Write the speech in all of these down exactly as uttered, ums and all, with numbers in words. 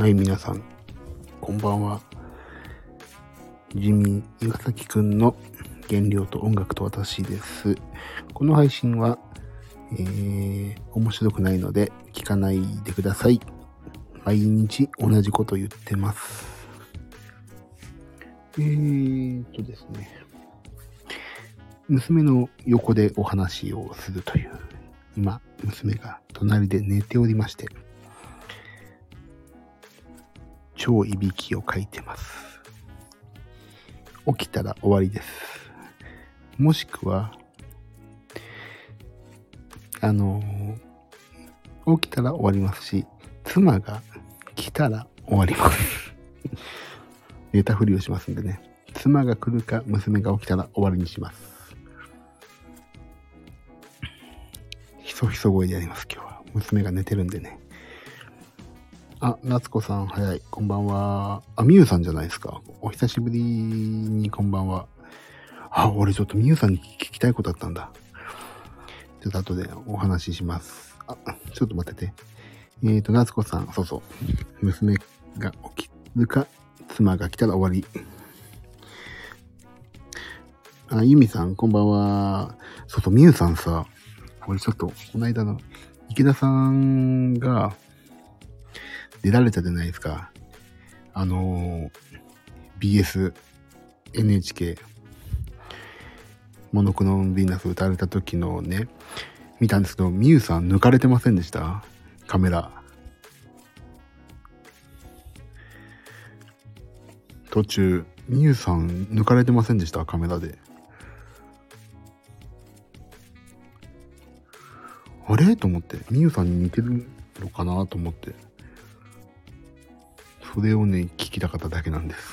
はい、皆さん、こんばんは。ジミー岩崎くんの原料と音楽と私です。この配信は、えー、面白くないので聞かないでください。毎日同じこと言ってます。えーとですね、娘の横でお話をするという、今、娘が隣で寝ておりまして、超いびきをかいてます。起きたら終わりです。もしくは、あのー、起きたら終わりますし、妻が来たら終わります。寝たふりをしますんでね。妻が来るか、娘が起きたら終わりにします。ひそひそ声でやります、今日は。娘が寝てるんでね。あ、夏子さん、早い。こんばんは。あ、みゆさんじゃないですか。お久しぶりにこんばんは。あ、俺ちょっとみゆさんに聞きたいことあったんだ。ちょっと後でお話しします。あ、ちょっと待ってて。えーと、夏子さん、そうそう。娘が起きるか、妻が来たら終わり。あ、ゆみさん、こんばんは。そうそう、みゆさんさ、俺ちょっと、この間の池田さんが出られたじゃないですか。あのー、ビーエス、エヌエイチケー、モノクローンヴィーナス歌われた時のね、見たんですけど、みゆさん抜かれてませんでした？カメラ。途中、みゆさん抜かれてませんでした？カメラで。あれと思って、みゆさんに似てるのかなと思って。それをね、聞きたかっただけなんです。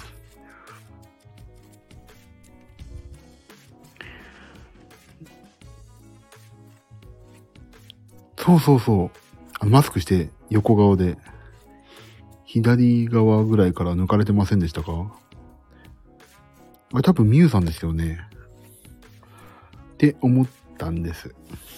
そうそうそう。あのマスクして横顔で、左側ぐらいから抜かれてませんでしたか？あれ多分みゆさんですよね。って思ったんです。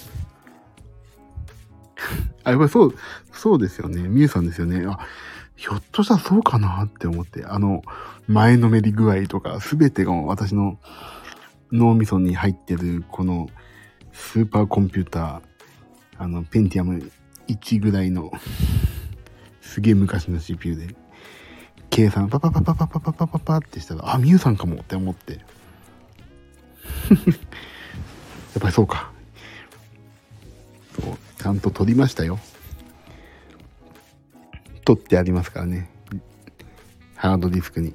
あ、やっぱりそう、そうですよね。みゆさんですよね。あ、ひょっとしたらそうかなって思って、あの、前のめり具合とか、すべてが私の脳みそに入ってる、このスーパーコンピューター、あの、ペンティアムいちぐらいの、すげえ昔の シーピーユー で、計算パパパパパパパパパパってしたら、あ、みゆさんかもって思って。やっぱりそうか。そう、ちゃんと撮りましたよ。撮ってありますからね。ハードディスクに。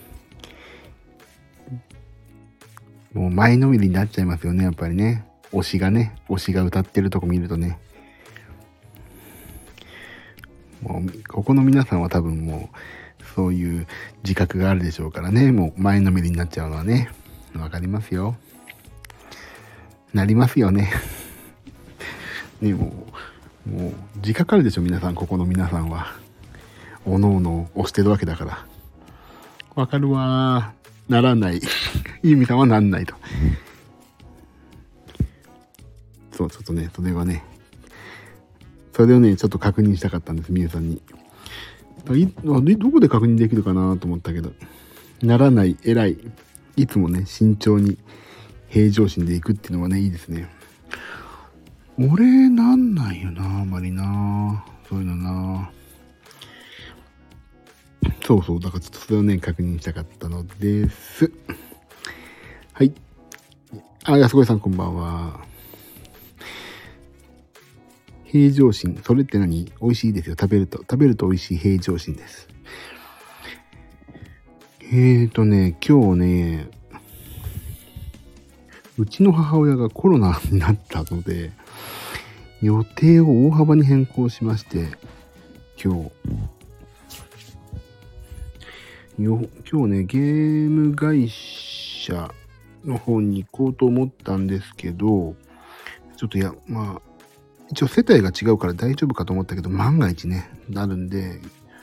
もう前のめりになっちゃいますよね、やっぱりね。推しがね、推しが歌ってるとこ見るとね。もう、ここの皆さんは多分もう、そういう自覚があるでしょうからね。もう前のめりになっちゃうのはね。わかりますよ。なりますよね。ね、もう、もう、自覚あるでしょ、皆さん、ここの皆さんは。おのおの押してるわけだから。わかるわー。ならない。ゆみさんはなんないと。そう、ちょっとね、それはね、それをね、ちょっと確認したかったんです、みゆさんに。いどこで確認できるかなと思ったけど、ならない、偉い。いつもね、慎重に平常心でいくっていうのはね、いいですね。俺、なんないよな、あまりな。そういうのな。そうそう、だからちょっとそれをね、確認したかったのです。はい。あ、安越さんこんばんは。平常心。それって何？美味しいですよ。食べると。食べると美味しい平常心です。えーとね、今日ね、うちの母親がコロナになったので、予定を大幅に変更しまして、今日、よ今日ね、ゲーム会社の方に行こうと思ったんですけど、ちょっとや、まあ、一応世帯が違うから大丈夫かと思ったけど、万が一ね、なるんで、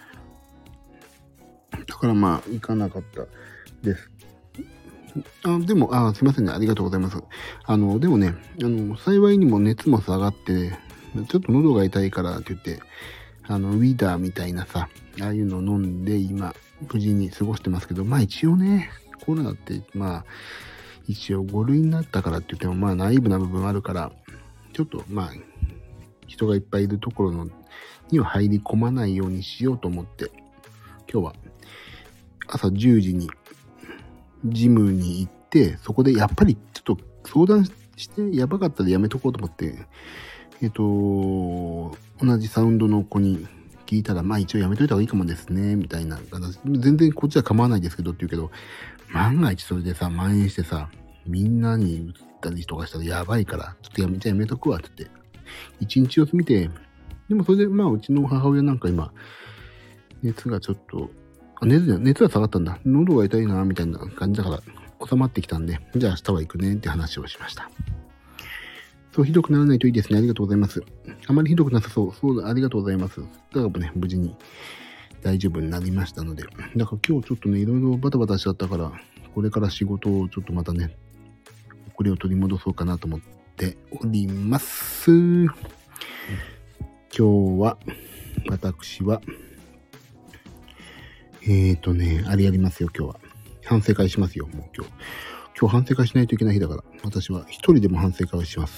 だからまあ、行かなかったです。あでも、あすいませんね。ありがとうございます。あの、でもね、あの、幸いにも熱も下がって、ちょっと喉が痛いからって言って、 あの、ウィダーみたいなさ、ああいうのを飲んで今、無事に過ごしてますけど、まあ一応ね、コロナって、まあ、一応ご類になったからって言っても、まあナイーブな部分あるから、ちょっとまあ、人がいっぱいいるところのには入り込まないようにしようと思って、今日は朝じゅうじにジムに行って、そこでやっぱりちょっと相談してやばかったらやめとこうと思って、えっと、同じサウンドの子に聞いたら、まあ一応やめといた方がいいかもですね、みたいな。全然こっちは構わないですけどって言うけど、万が一それでさ、蔓延してさ、みんなに移ったりとかしたらやばいから、ちょっとやめ、じゃあやめとくわって言って、一日様子見て、でもそれでまあうちの母親なんか今、熱がちょっと、あ熱じゃ熱は下がったんだ。喉が痛いな、みたいな感じだから、収まってきたんで、じゃあ明日は行くねって話をしました。そう、ひどくならないといいですね。ありがとうございます。あまりひどくなさそう。そうだ、ありがとうございます。だからね、無事に大丈夫になりましたので。だから今日ちょっとね、いろいろバタバタしちゃったから、これから仕事をちょっとまたね、遅れを取り戻そうかなと思っております。今日は、私は、えーとね、あれやりますよ、今日は。反省会しますよ、もう今日。今日反省会しないといけない日だから、私は一人でも反省会をします。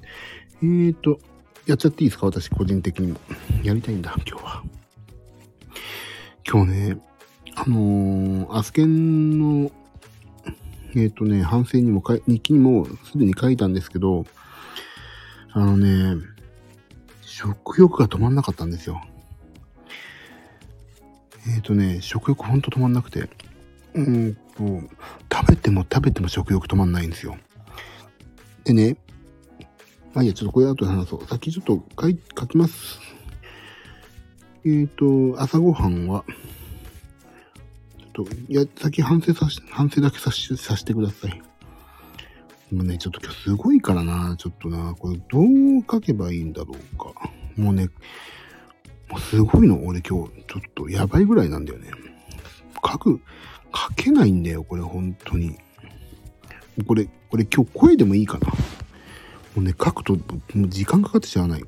えーと、やっちゃっていいですか、私個人的にも。やりたいんだ、今日は。今日ね、あのー、アスケンの、えーとね、反省にもかい、日記にもすでに書いたんですけど、あのね、食欲が止まんなかったんですよ。えーとね、食欲ほんと止まんなくて、うーんと、食べても食べても食欲止まんないんですよ。でね、まあいいや、ちょっとこれ後で話そう。先ちょっと書い書きます。えーと、朝ごはんは、ちょっと、いや、先反省さし、反省だけさし、させてください。もうね、ちょっと今日すごいからな、ちょっとな、これどう書けばいいんだろうか。もうね、もうすごいの、俺今日、ちょっとやばいぐらいなんだよね。書く、書けないんだよ、これ本当に。これ、これ今日声でもいいかな。もうね、書くと、もう時間かかってしまわない。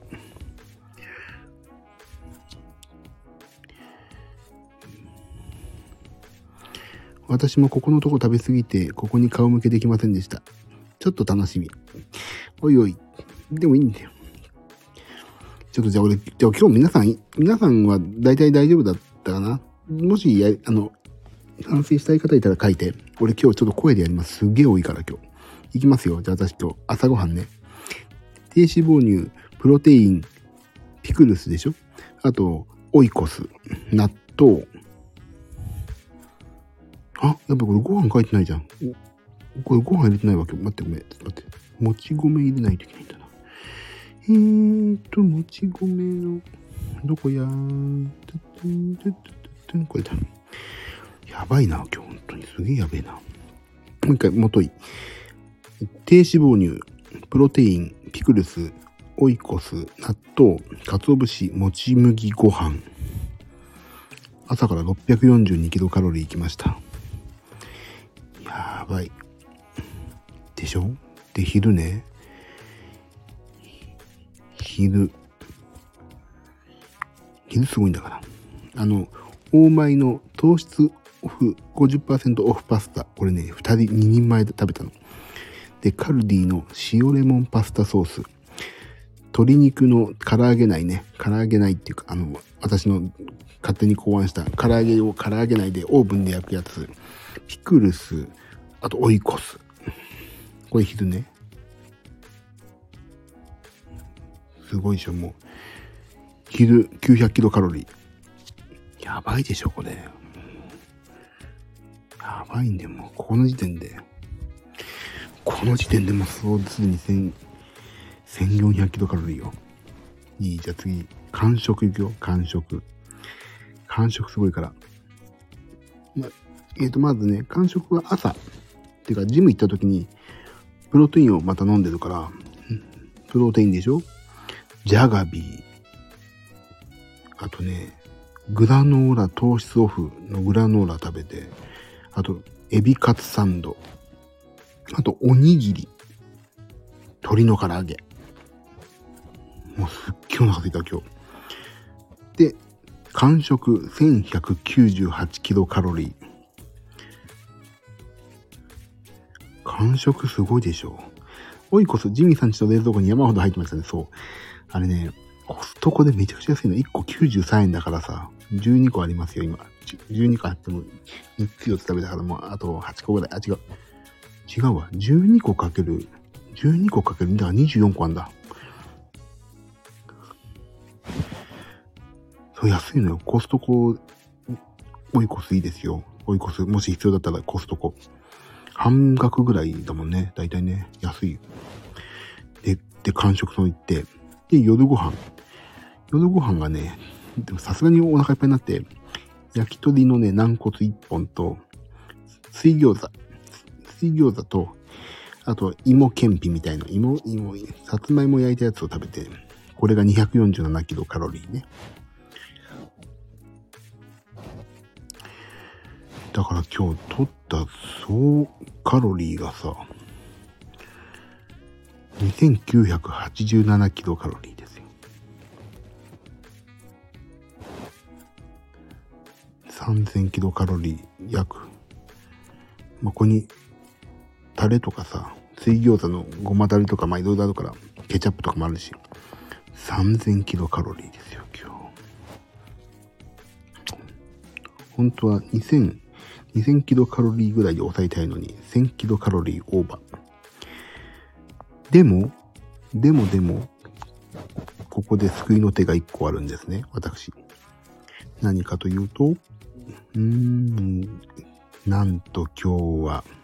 私もここのとこ食べ過ぎて、ここに顔向けできませんでした。ちょっと楽しみ。おいおい。でもいいんだよ。ちょっとじゃあ俺、じゃあ今日皆さん、皆さんは大体大丈夫だったかな？もしや、あの、反省したい方いたら書いて。俺今日ちょっと声でやります。すげえ多いから今日。いきますよ。じゃあ私今日朝ごはんね。低脂肪乳、プロテイン、ピクルスでしょ？あと、オイコス、納豆。あ、やっぱこれご飯書いてないじゃん。これご飯入れてないわけ。待ってごめん。ちょっと待って。もち米入れないといけないんだな。えーと、もち米の、どこやーこれだ。やばいな、今日本当にすげえやべえな。もう一回、もとい。低脂肪乳、プロテイン、ピクルス、オイコス、納豆、鰹節、もち麦ご飯。朝からろっぴゃくよんじゅうにキロカロリーいきました。やばい。でしょ？で、昼ね。昼。昼すごいんだから。あの、大米の糖質オフ ごじゅっパーセント オフパスタ。これね、ふたりににんまえで食べたの。で、カルディの塩レモンパスタソース。鶏肉の唐揚げないね。唐揚げないっていうか、あの、私の勝手に考案した唐揚げを唐揚げないでオーブンで焼くやつ。ピクルス。あと、オイコス。これ昼ね。すごいでしょ、もう。昼きゅうひゃくキロカロリー。やばいでしょ、これ。やばいんで、もう、ここの時点で。この時点でもうそうすでにせんよんひゃくキロカロリーよ。いい、じゃあ次、間食いくよ、間食。間食すごいから。ま、えっと、まずね、間食は朝。っていうか、ジム行った時に、プロテインをまた飲んでるから、プロテインでしょ？ジャガビー。あとね、グラノーラ糖質オフのグラノーラ食べて、あと、エビカツサンド。あと、おにぎり。鶏の唐揚げ。もうすっげえお腹空いた今日。 で、間食せんひゃくきゅうじゅうはちキロカロリー。間食すごいでしょ。オイコス、ジミーさんちの冷蔵庫に山ほど入ってましたね。そう。あれね、コストコでめちゃくちゃ安いの。いっこきゅうじゅうさんえんだからさ、じゅうにこありますよ、今。じゅうにこあってもみっつよっつ食べたからもうあとはちこぐらい。あ、違う。違うわ。じゅうにこかける、じゅうにこかけるにだからにじゅうよんこあんだ。そう、安いのよ。コストコ、オイコスいいですよ。オイコス、もし必要だったらコストコ。半額ぐらいだもんね。だいたいね。安い。で、で、間食と行って、で、夜ご飯。夜ご飯がね、でもさすがにお腹いっぱいになって、焼き鳥のね、軟骨いっぽんと、水餃子。水餃子と、あと、芋けんぴみたいな、芋、芋、さつまいも焼いたやつを食べて、これがにひゃくよんじゅうななキロカロリーね。だから今日取った総カロリーがさ、にせんきゅうひゃくはちじゅうななキロカロリーですよ。さんぜんキロカロリー約。まあ、ここにタレとかさ、水餃子のごまだれとかまあいろいろあるから、ケチャップとかもあるし、さんぜんキロカロリーですよ今日。本当はにせんにせんキロカロリーぐらいで抑えたいのにせんキロカロリーオーバー。でも、でもでも、ここで救いの手がいっこあるんですね、私。何かというと、うーん、なんと今日は、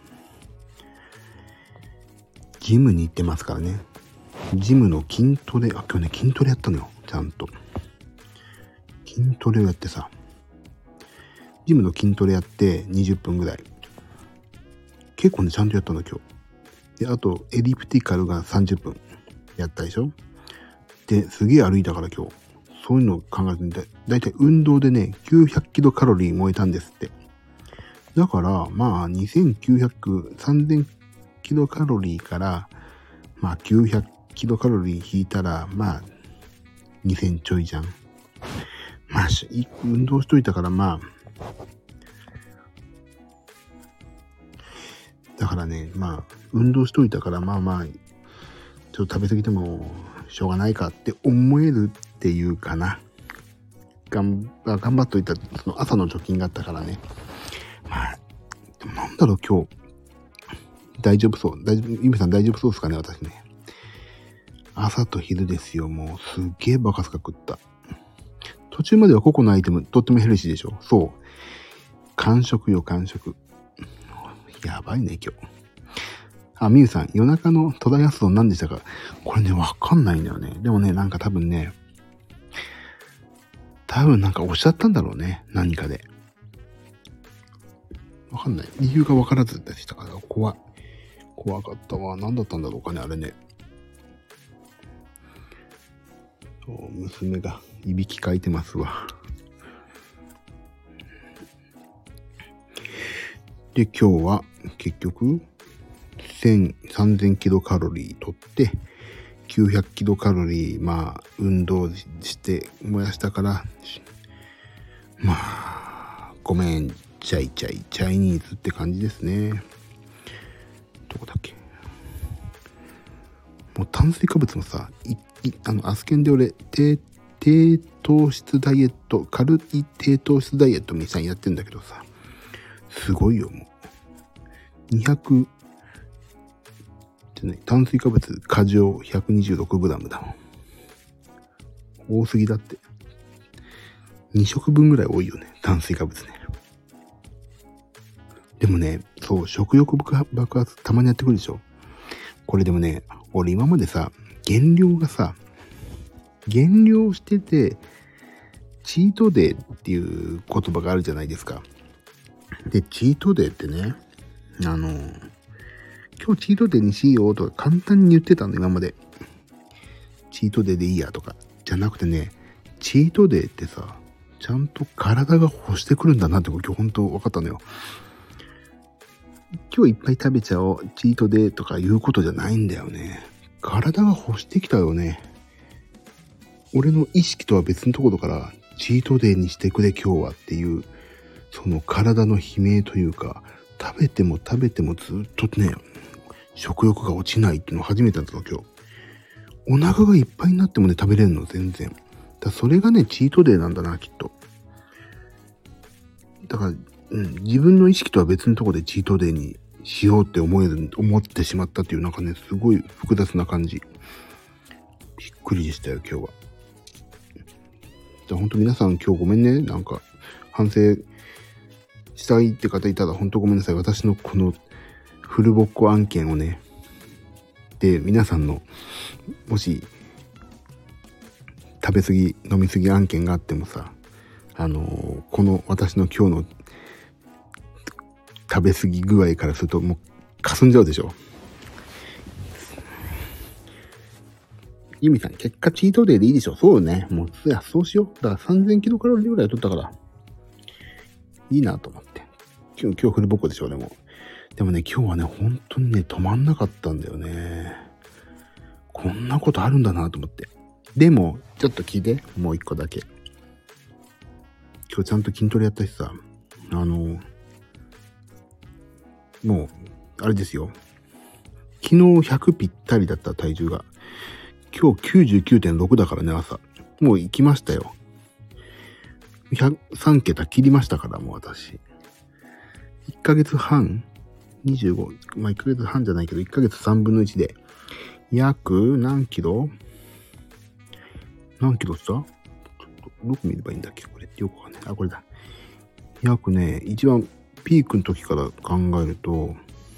ジムに行ってますからね。ジムの筋トレ、あ、今日ね、筋トレやったのよ、ちゃんと。筋トレをやってさ、ジムの筋トレやってにじゅっぷんぐらい。結構ね、ちゃんとやったの今日。で、あと、エリプティカルがさんじゅっぷんやったでしょ。で、すげえ歩いたから今日。そういうのを考えてみて、だいたい運動でね、きゅうひゃくキロカロリー燃えたんですって。だから、まあ、にせんきゅうひゃく、さんぜんキロカロリーから、まあ、きゅうひゃくキロカロリー引いたら、まあ、にせんちょいじゃん。まあ、運動しといたから、まあ、だからね、まあ、運動しといたから、まあまあ、ちょっと食べ過ぎてもしょうがないかって思えるっていうかな。頑頑張っといた、その朝の貯金があったからね。まあ、でもなんだろう、今日。大丈夫そう。大丈夫、ゆめさん大丈夫そうですかね、私ね。朝と昼ですよ、もうすっげえバカスカ食った。途中までは個々のアイテム、とってもヘルシーでしょ。そう。間食よ、間食。やばいね、今日。あ、みゆさん、夜中のトライアスロン何でしたか？これね、わかんないんだよね。でもね、なんか多分ね、多分なんかおっしゃったんだろうね。何かで。わかんない。理由がわからずでしたから、怖い。怖かったわ。何だったんだろうかね、あれね。娘がいびきかいてますわ。で、今日は結局、せん、さんぜんキロカロリー取って、きゅうひゃくキロカロリー、まあ、運動して燃やしたから、まあ、ごめん、チャイチャイ、チャイニーズって感じですね。どこだっけ？もう炭水化物もさ、いいあの、アスケンで俺、低、低糖質ダイエット、軽い低糖質ダイエットみたいにやってんだけどさ、すごいよ、もう。にひゃく、ね、炭水化物過剰 ひゃくにじゅうろくグラム だもん。多すぎだって。に食分ぐらい多いよね、炭水化物ね。でもね、そう、食欲爆発たまにやってくるでしょ。これでもね、俺今までさ、減量がさ、減量してて、チートデーっていう言葉があるじゃないですか。で、チートデーってね、あの、今日チートデーにしようとか簡単に言ってたの、今まで。チートデーでいいやとか。じゃなくてね、チートデーってさ、ちゃんと体が欲してくるんだなって今日本当分かったのよ。今日いっぱい食べちゃおう、チートデーとかいうことじゃないんだよね。体が欲してきたよね。俺の意識とは別のところからチートデーにしてくれ今日はっていう、その体の悲鳴というか、食べても食べてもずっとね、食欲が落ちないっていうのを初めてだったの今日。お腹がいっぱいになってもね、食べれるの全然。だそれがね、チートデーなんだな、きっと。だから、うん、自分の意識とは別のところでチートデーにしようって思える、思ってしまったっていう、なんかね、すごい複雑な感じ。びっくりでしたよ、今日は。じゃあ本当皆さん今日ごめんね。なんか、反省したいって方いたら本当ごめんなさい。私のこのフルボッコ案件をね、で、皆さんの、もし、食べ過ぎ、飲み過ぎ案件があってもさ、あのー、この私の今日の食べ過ぎ具合からするともう霞んじゃうでしょ。ユミさん、結果チートデーでいいでしょ。そうね。もう、いや、そうしよう。だからさんぜんキロカロリーぐらい取ったから、いいなと思って。今日、今日フルボッコでしょ、でも。でもね、今日はね、本当にね、止まんなかったんだよね。こんなことあるんだなと思って。でも、ちょっと聞いて、もう一個だけ。今日ちゃんと筋トレやったしさ、あの、もう、あれですよ。昨日ひゃくぴったりだった体重が、今日 きゅうじゅうきゅうてんろく だからね、朝。もう行きましたよ。さんけた切りましたから、もう私。いっかげつはん ?にじゅうご、まあいっかげつはんじゃないけど、いっかげつさんぶんのいちで、約何キロ何キロっすか？どこ見ればいいんだっけこれってよくわかんない。あ、これだ。約ね、一番ピークの時から考えると、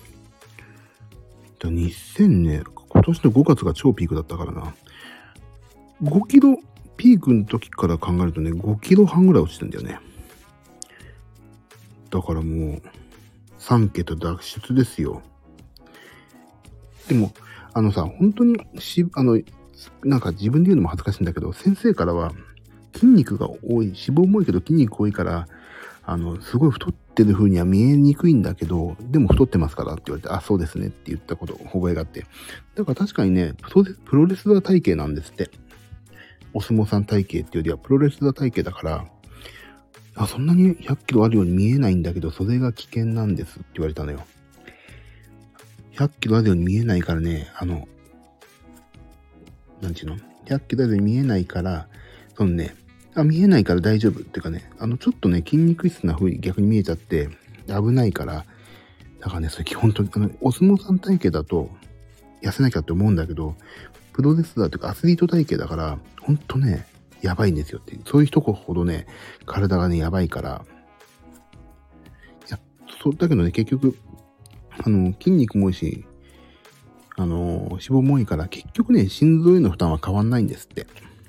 にせんね、今年のごがつが超ピークだったからな。ごキロ、ピークの時から考えるとね、ごキロはんぐらい落ちてんだよね。だからもう、さんけた脱出ですよ。でも、あのさ、本当にし、あの、なんか自分で言うのも恥ずかしいんだけど、先生からは、筋肉が多い、脂肪も多いけど筋肉多いから、あの、すごい太ってる風には見えにくいんだけど、でも太ってますからって言われて、あ、そうですねって言ったこと、覚えがあって。だから確かにね、プロレスラー体型なんですって。お相撲さん体型っていうよりはプロレスラー体型だから、あ、そんなにひゃっキロあるように見えないんだけど、それが危険なんですって言われたのよ。ひゃっキロあるように見えないからね、あの、なんちゅうの ?ひゃっキロあるように見えないから、そのね、あ、見えないから大丈夫っていうかね、あの、ちょっとね、筋肉質な風に逆に見えちゃって、危ないから、だからね、それ基本的に、あの、お相撲さん体型だと、痩せなきゃって思うんだけど、プロレスラーというかアスリート体型だから、ほんとね、やばいんですよっていう。そういう人ほどね、体がね、やばいから、いや、そう、だけどね、結局、あの、筋肉も多いし、あの、脂肪も多いから、結局ね、心臓への負担は変わんないんですって。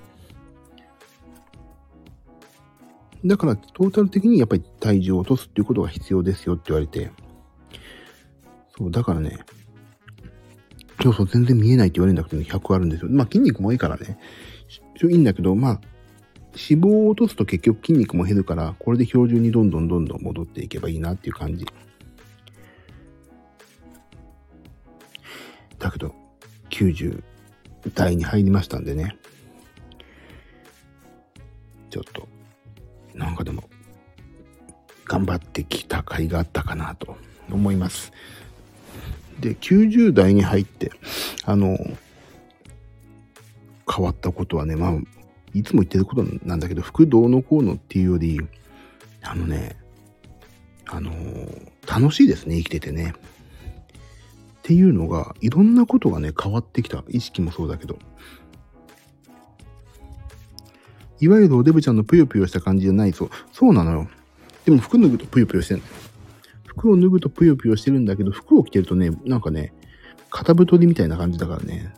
だから、トータル的にやっぱり体重を落とすっていうことが必要ですよって言われて、そう、だからね、そうそう、全然見えないって言われるんだけど、ね、ひゃくあるんですよ。まあ、筋肉も多いからね、いいんだけど、まあ、脂肪を落とすと結局筋肉も減るから、これで標準にどんどんどんどん戻っていけばいいなっていう感じ。だけど、きゅうじゅう代に入りましたんでね。ちょっと、なんかでも、頑張ってきた甲斐があったかなと思います。で、きゅうじゅう代に入って、あの、変わったことはね、まあ、いつも言ってることなんだけど、服どうのこうのっていうより、あのね、あのー、楽しいですね、生きててね。っていうのが、いろんなことがね、変わってきた。意識もそうだけど。いわゆるおデブちゃんのぷよぷよした感じじゃない。そう。そうなのよ。でも服脱ぐとぷよぷよしてるんだよ。服を脱ぐとぷよぷよしてるんだけど、服を着てるとね、なんかね、肩太りみたいな感じだからね。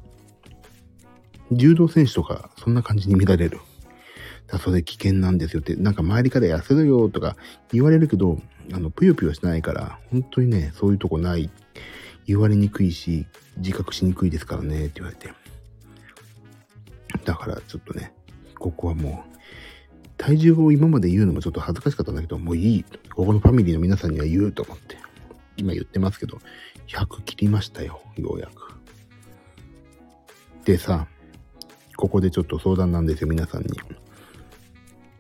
柔道選手とか、そんな感じに見られる。だそれ危険なんですよって、なんか周りから痩せろよとか言われるけど、あの、ぷよぷよしないから、本当にね、そういうとこない。言われにくいし、自覚しにくいですからね、って言われて。だからちょっとね、ここはもう、体重を今まで言うのもちょっと恥ずかしかったんだけど、もういい。ここのファミリーの皆さんには言うと思って。今言ってますけど、ひゃく切りましたよ、ようやく。でさ、ここでちょっと相談なんですよ、皆さんに。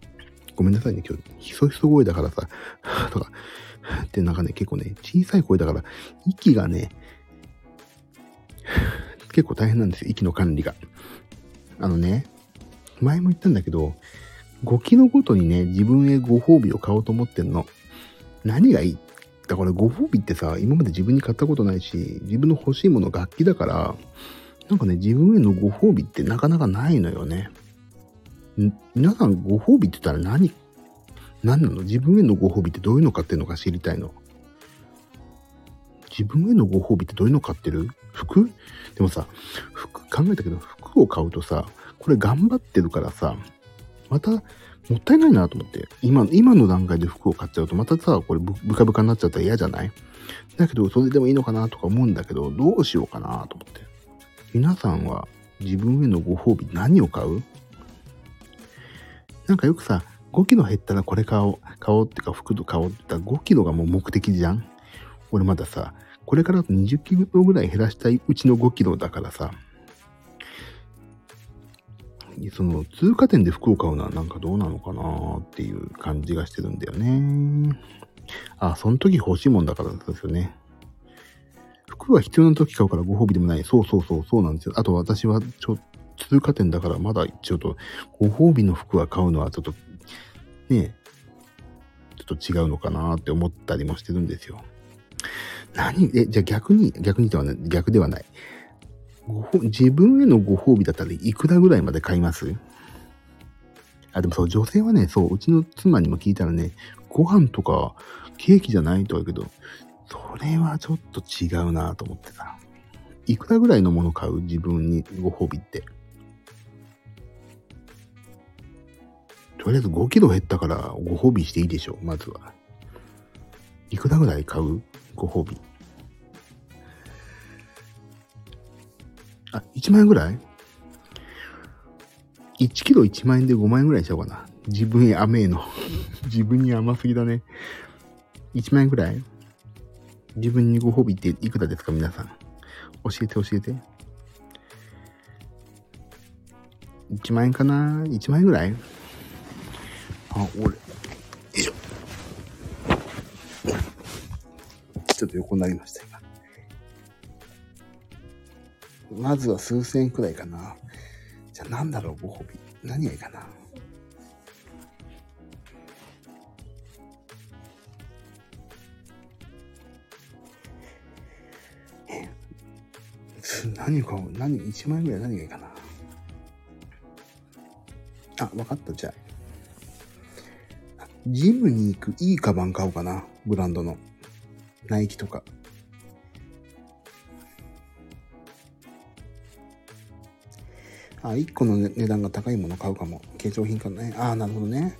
ごめんなさいね、今日、ひそひそ声だからさ、とか、ってなんかね、結構ね、小さい声だから、息がね、結構大変なんですよ、息の管理が。あのね、前も言ったんだけど、ごキロごとにね、自分へご褒美を買おうと思ってんの。何がいい？だからご褒美ってさ、今まで自分に買ったことないし、自分の欲しいもの楽器だから、なんかね、自分へのご褒美ってなかなかないのよね。ん皆さんご褒美って言ったら何、何なの？自分へのご褒美ってどういうの買ってるのか知りたいの。自分へのご褒美ってどういうの買ってる？服？でもさ、服考えたけど、服を買うとさ、これ頑張ってるからさ、またもったいないなと思って。今、今の段階で服を買っちゃうと、またさ、これブブカブカになっちゃったら嫌じゃない？だけど、それでもいいのかなとか思うんだけど、どうしようかなと思って。皆さんは自分へのご褒美何を買う？なんかよくさ、ごキロ減ったらこれ買おう、買おうっていうか服と買おうって言ったらごキロがもう目的じゃん。俺まださ、これからにじゅっキロぐらい減らしたいうちのごキロだからさ、その通過点で服を買うのはなんかどうなのかなっていう感じがしてるんだよね。あ、その時欲しいもんだからですよね。服は必要な時買うからご褒美でもない。そうそうそう、そうなんですよ。あと私はちょっと通過点だからまだちょっとご褒美の服は買うのはちょっとね、ちょっと違うのかなって思ったりもしてるんですよ。何え、じゃあ逆に、逆にではない、逆ではない。ごほ自分へのご褒美だったらいくらぐらいまで買います？あ、でもそう、女性はね、そう、うちの妻にも聞いたらね、ご飯とかケーキじゃないとは言うけど、それはちょっと違うなと思ってた。いくらぐらいのもの買う？自分にご褒美って。とりあえずごキロ減ったからご褒美していいでしょ、まずは。いくらぐらい買う？ご褒美。あ、いちまん円ぐらい？ いち キロいちまん円でごまん円ぐらいにしようかな。自分へ甘えの。自分に甘すぎだね。いちまん円ぐらい？自分にご褒美っていくらですか皆さん。教えて教えて。いちまん円かな？ いち 万円ぐらい？あ、俺。よいしょ。ちょっと横になりました今。まずは数千円くらいかな。じゃあなんだろう、ご褒美。何がいいかな。え、何買う？何？ いち 万円ぐらい何がいいかな。あ、わかった。じゃあ。ジムに行くいいカバン買おうかな。ブランドの。ナイキとか。あ、いっこの値段が高いもの買うかも。化粧品かね。ああ、なるほどね。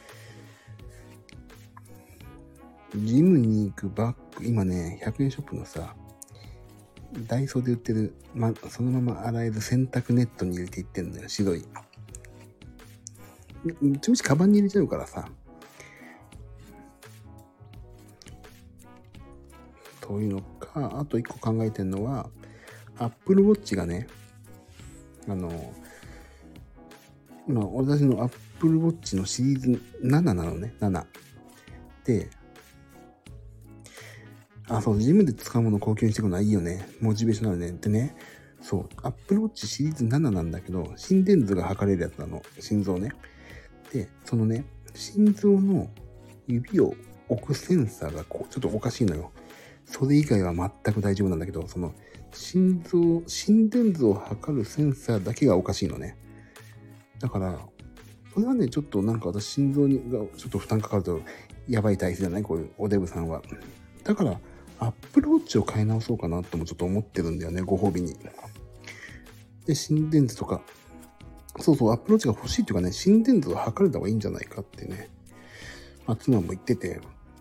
ジムに行くバッグ、今ね、ひゃくえんショップのさ、ダイソーで売ってる、ま、そのまま洗える洗濯ネットに入れていってんだよ、白い。うちうちカバンに入れちゃうからさ。というのか、あといっこ考えてるのは、Apple Watch がね、あの、今、私の Apple Watch のシリーズなななのね、なな。で、あ、そう、ジムで使うものを高級にしていくのはいいよね。モチベーションなのね。でね、そう、Apple Watch シリーズなななんだけど、心電図が測れるやつなの。心臓ね。で、そのね、心臓の指を置くセンサーがこう、ちょっとおかしいのよ。それ以外は全く大丈夫なんだけど、その、心臓、心電図を測るセンサーだけがおかしいのね。だから、それはね、ちょっとなんか私心臓にがちょっと負担かかるとやばい体質じゃない？こういうおデブさんは。だから、アップルウォッチを買い直そうかなともちょっと思ってるんだよね、ご褒美に。で、心電図とか、そうそう、アップルウォッチが欲しいっていうかね、心電図を測れた方がいいんじゃないかってね、まあ、妻も言ってて、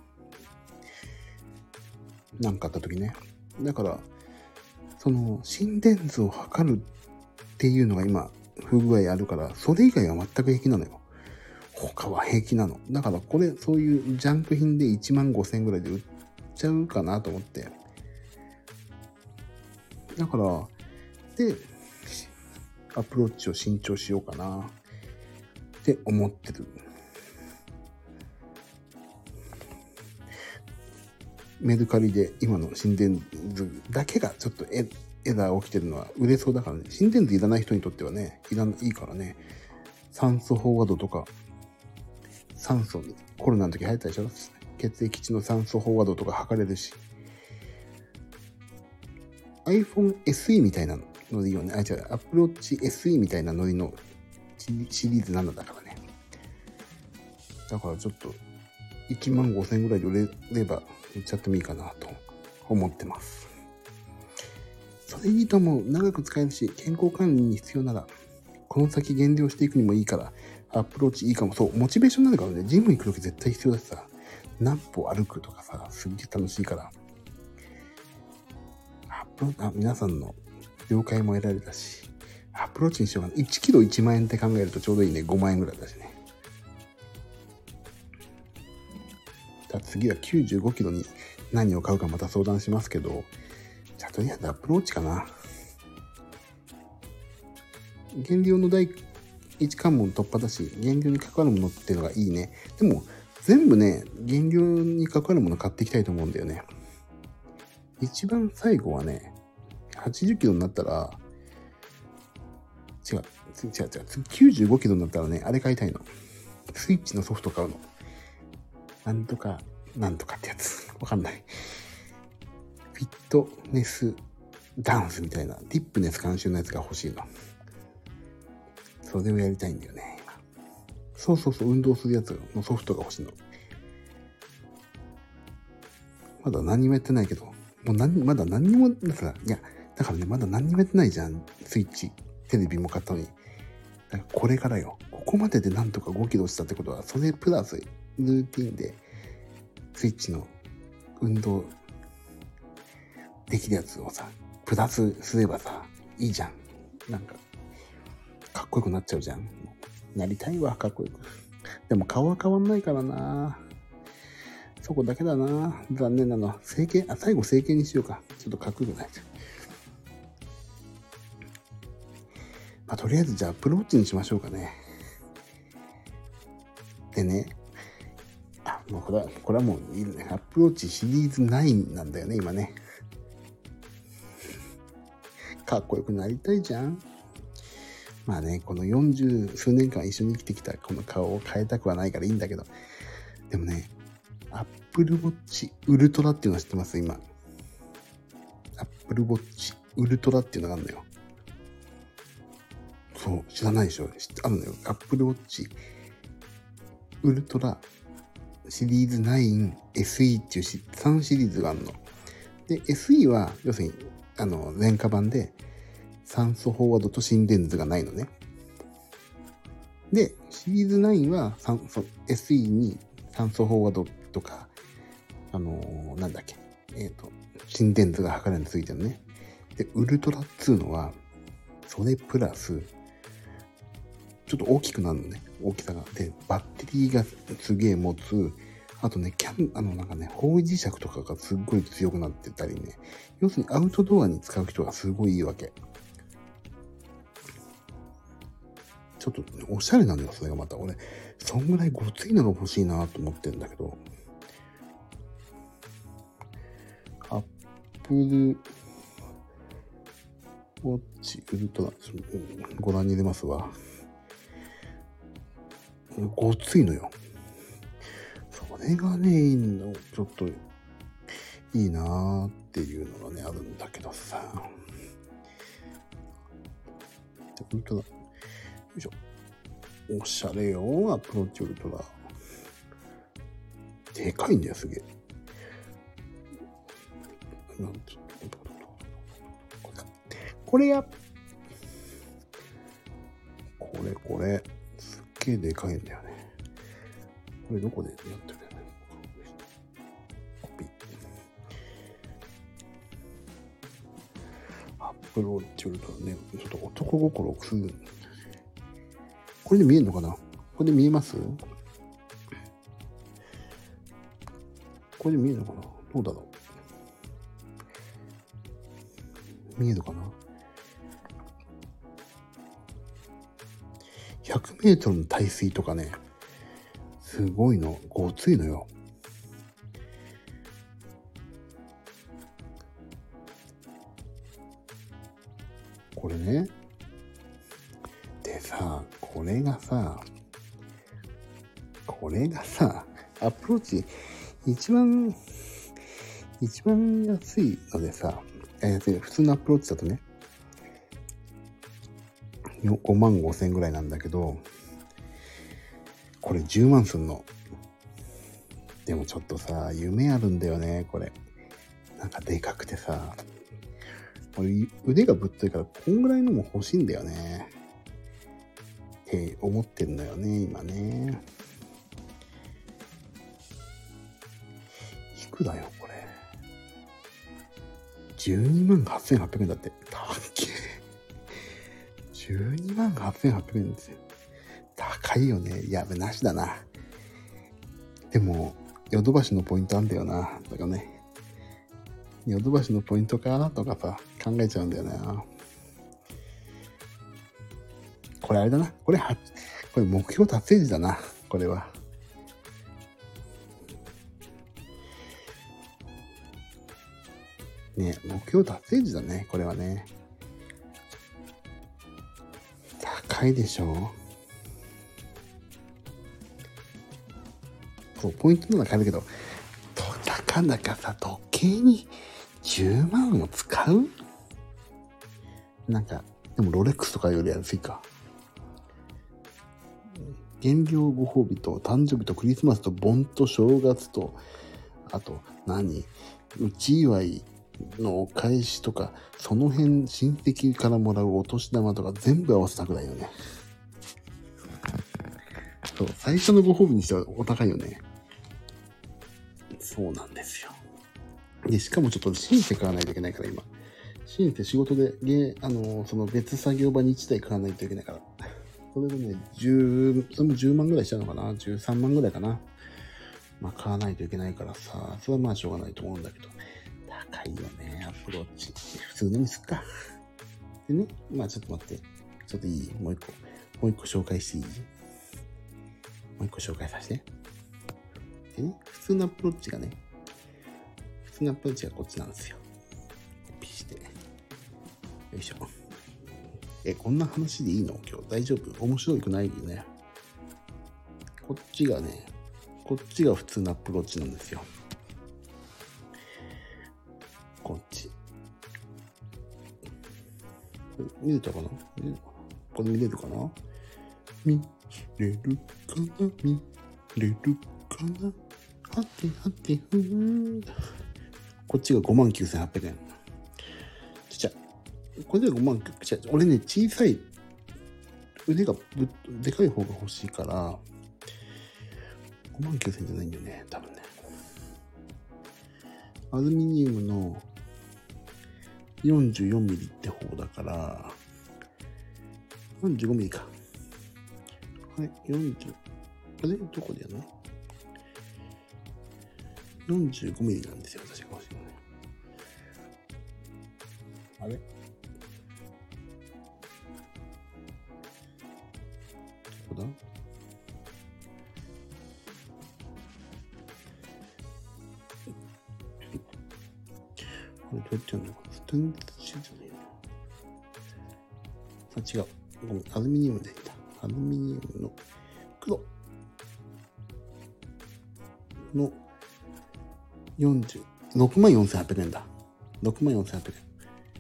なんかあった時ね。だから、その、心電図を測るっていうのが今、不具合あるから、それ以外は全く平気なのよ。他は平気なの。だからこれ、そういうジャンク品でいちまんごせん円ぐらいで売っちゃうかなと思って。だから、で、アプローチを新調しようかなって思ってる。 メルカリで今の心電図だけがちょっとエエラー起きてるのは売れそうだからね。心電図いらない人にとってはね、いらないいからね。酸素飽和度とか、酸素、コロナの時流行ったでしょ？血液値の酸素飽和度とか測れるし。iPhone エスイー みたいなのでいいよね。あ、違う、Apple Watch エスイー みたいなノリのシリーズななだからね。だからちょっといちまんごせんえんぐらいで売れれば売っちゃってもいいかなと思ってます。それいいと思う。長く使えるし、健康管理に必要なら、この先減量していくにもいいから、Apple Watchいいかも。そう、モチベーションになるからね。ジム行くとき絶対必要だしさ、何歩歩くとかさ、すげえ楽しいから。あ、皆さんの了解も得られたし、アプローチにしようかな。いちキロいちまんえんって考えるとちょうどいいね。ごまんえんぐらいだしね。じゃあ次はきゅうじゅうごキロに何を買うかまた相談しますけど、じゃあとりあえずアプローチかな。減量の第一関門突破だし、減量に関わるものっていうのがいいね。でも全部ね、減量に関わるもの買っていきたいと思うんだよね。一番最後はね、はちじゅっキロになったら、違う、違う違う、きゅうじゅうごキロになったらね、あれ買いたいの。スイッチのソフト買うの。なんとか、なんとかってやつ。わかんない。フィットネスダンスみたいな、ディップネス監修のやつが欲しいの。それをやりたいんだよね、今。そうそうそう、運動するやつのソフトが欲しいの。まだ何にもやってないけど、もう何、まだ何にも、だから、いや、だからね、まだ何にもやってないじゃん。スイッチ、テレビも買ったのに。だからこれからよ。ここまででなんとかごキロしたってことは、それプラス、ルーティンで、スイッチの運動できるやつをさ、プラスすればさ、いいじゃん。なんか、かっこよくなっちゃうじゃん。なりたいわ、かっこよく。でも顔は変わんないからな。そこだけだな。残念なのは。整形、あ、最後整形にしようか。ちょっとかっこよくないと。まあ、とりあえずじゃあアプローチにしましょうかね。でね、あ、もうこれは、これはもういいね。アプローチシリーズナインなんだよね、今ね。かっこよくなりたいじゃん。まあね、このよんじゅう数年間一緒に生きてきたこの顔を変えたくはないからいいんだけど。でもね、Apple Watch Ultra っていうのは知ってます今。Apple Watch Ultra っていうのがあるのよ。そう、知らないでしょ。あるのよ。Apple Watch Ultra シリーズナイン エスイー っていうさんシリーズがあるの。で、エスイー は、要するに、あの、廉価版で、酸素飽和度と心電図がないのね。で、シリーズナインは酸素 エスイー に酸素飽和度とか、あのー、なんだっけ、えっと、心電図が測れるのついてるのね。で、ウルトラっつうのは、それプラス、ちょっと大きくなるのね、大きさが。で、バッテリーがすげえ持つ、あとね、キャン、あの、なんかね、方位磁石とかがすっごい強くなってたりね、要するにアウトドアに使う人がすごいいいわけ。ちょっと、ね、おしゃれなのよ、それがまた。俺、そんぐらいごついのが欲しいなと思ってるんだけど、アップルウォッチウルトラ、ご覧に入れますわ。ごついのよ。それがね、いいの、ちょっと、いいなーっていうのがね、あるんだけどさ。ウルトラ。よいしょ。おしゃれよ、アプローチウルトラ。でかいんだよ、すげえ。なんてこれや。これこれ。すっげえでかいんだよね。これどこでやってるんだよね。コピー。アプローチウルトラね。ちょっと男心をくすぐる。これで見えるのかな？これで見えます？これで見えるのかな？どうだろう？見えるかな？ ひゃくメートル の耐水とかね、すごいの、ごついのよ。 これね。でさ、これがさ、これがさ、アプローチ、一番、一番安いのでさ、えー、普通のアプローチだとね、ごまんごせんぐらいなんだけど、これじゅうまんすんの。でもちょっとさ、夢あるんだよね、これ。なんかでかくてさ、俺腕がぶっといからこんぐらいのも欲しいんだよねって思ってるのよね、今ね。いくらよこれ。じゅうにまんはっせんはっぴゃくえんだって。高っけ。じゅうにまんはっせんはっぴゃくえんですよ。高いよね。やべ、なしだな。でもヨドバシのポイントあんだよな。だからね、ヨドバシのポイントかとかさ、考えちゃうんだよな。これあれだな。これは、これ目標達成時だな。これは。ね、目標達成時だね。これはね。高いでしょ。そう、ポイントなら買えるけど、たかだかさ、時計にじゅうまんを使う？なんか、でもロレックスとかより安いか。原料ご褒美と誕生日とクリスマスと盆と正月と、あと何？内祝いのお返しとか、その辺親戚からもらうお年玉とか全部合わせたくらいよね。そう、最初のご褒美にしてはお高いよね。そうなんですよ。で、しかもちょっとシンセ買わないといけないから今。シンセ仕事で、ゲあの、その別作業場にいちだい買わないといけないから。それでね、じゅう、それもじゅうまんぐらいしちゃうのかな ?じゅうさんまんぐらいかな。まあ買わないといけないからさ、それはまあしょうがないと思うんだけど。高いよね、アプローチ。普通のにすっか。でね、まあちょっと待って。ちょっといい？もう一個。もう一個紹介していい？もう一個紹介させて。でね、普通のアプローチがね、普通のアプローチがこっちなんですよ。コピーして。よいしょ。え、こんな話でいいの？今日大丈夫？面白くないよね。こっちがね、こっちが普通のアプローチなんですよ。こっち。見れたかな？これ見れるかな？見れるかな？見れるかな？はてはてふー。こっちが ごまんきゅうせんはっぴゃくえん。ちっちゃい。これでごまん、ちっちゃい。俺ね、小さい、腕がぶでかい方が欲しいから、ごまんきゅうせんじゃないんだよね、多分ね。アルミニウムの よんじゅうよんミリ って方だから、よんじゅうごミリか。はい、よんじゅう、あれどこでやるの？ よんじゅうごミリ なんですよ、私が欲しいのね。あれどこだ？これどうやってやるのかな？ステンレスシールじゃないよな。あ、違う。ごめん、アルミニウムでいいんだ。アルミニウムの黒のよんじゅう、ろくまんよんせんはっぴゃくえんだ。ろくまんよんせんはっぴゃくえん。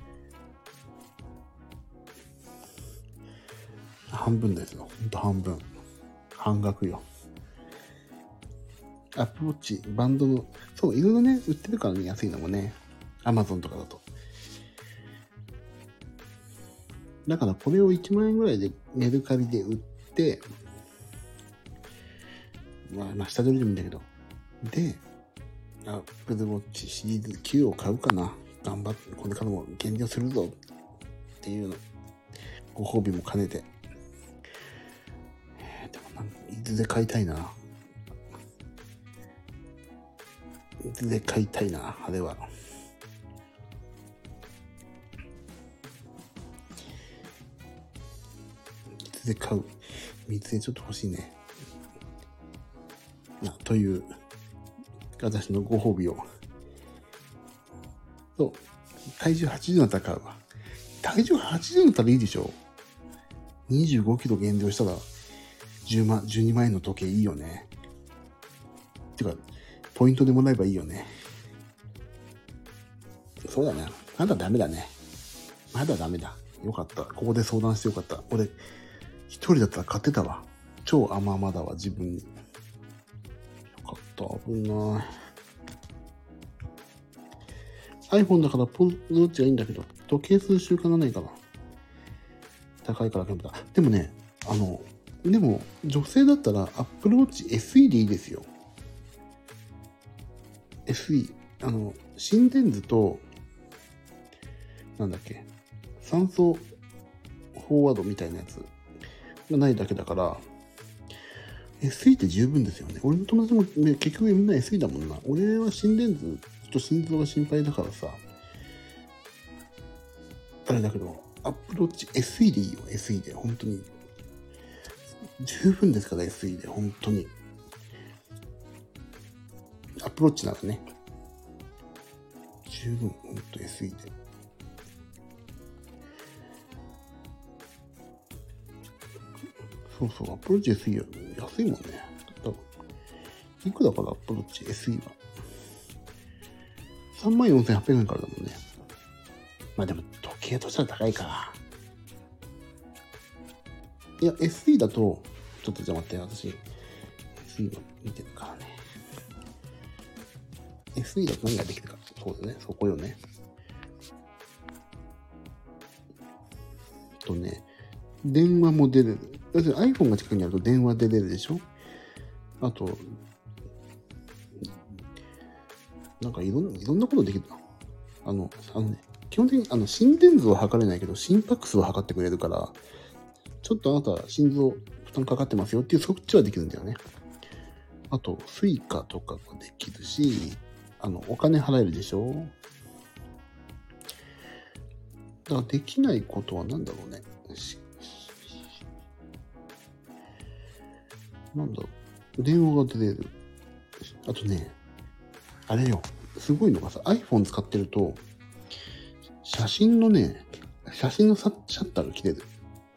半分ですよ。ほんと半分。半額よ。アプローチ、バンドの、そう、いろいろね、売ってるからね、安いのもね。アマゾンとかだと。だからこれをいちまんえんぐらいでメルカリで売って、まあ、まあ、下取りでもいいんだけど。で、アップルウォッチシリーズきゅうを買うかな。頑張って、これからも減量するぞっていうの。ご褒美も兼ねて。えー、でもなんか、いずれ買いたいな。いずれ買いたいな、あれは。いずれ買う。水でちょっと欲しいね。な、という、私のご褒美を。そう。体重はちじゅうだったら買うわ。 体重はちじゅうだったらいいでしょ。にじゅうごキロ減量したらじゅうまん、じゅうにまん円の時計いいよね。てか、ポイントでもらえばいいよね。そうだね。まだダメだね。まだダメだ。よかった。ここで相談してよかった。俺、一人だったら買ってたわ。超甘々だわ、自分に。よかった。危ない。iPhone だからポーズウォッチはいいんだけど、時計数習慣がないから。高いからキャンプだ。でもね、あの、でも、女性だったら Apple Watch エスイー でいいですよ。エスイー。あの、心電図と、なんだっけ、酸素フォワードみたいなやつがないだけだから、エスイー って十分ですよね。俺の友達も、ね、結局みんな エスイー だもんな。俺は心電図と心臓が心配だからさ、あれだけど、Apple Watch エスイー でいいよ、エスイー で。本当に。十分ですから、エスイー で。本当に。Apple Watch ならね。十分、本当 エスイー で。そうそう、Apple Watch エスイー は安いもんね。いくらから Apple Watch エスイー は。さんまんよんせんはっぴゃくえんからだもんね。まあでも、時計としたら高いか。いや、エスイー だと、ちょっとじゃあ待って、私、エスイー は見てるからね。エスイー だと何ができるか。そうだね、そこよね。とね、電話も出れる。要するに iPhone が近くにあると電話出れるでしょ。あと、なんかいろんいろんなことできるな。あの、あのね、基本的にあの心電図は測れないけど、心拍数は測ってくれるから、ちょっとあなた心臓負担かかってますよっていうそっちはできるんだよね。あと、スイカとかもできるし、あの、お金払えるでしょ。だからできないことは何だろうね。なんだろう。電話が出れる。あとね、あれよ。すごいのがさ、iPhone 使ってると、写真のね、写真のシャッターが切れる。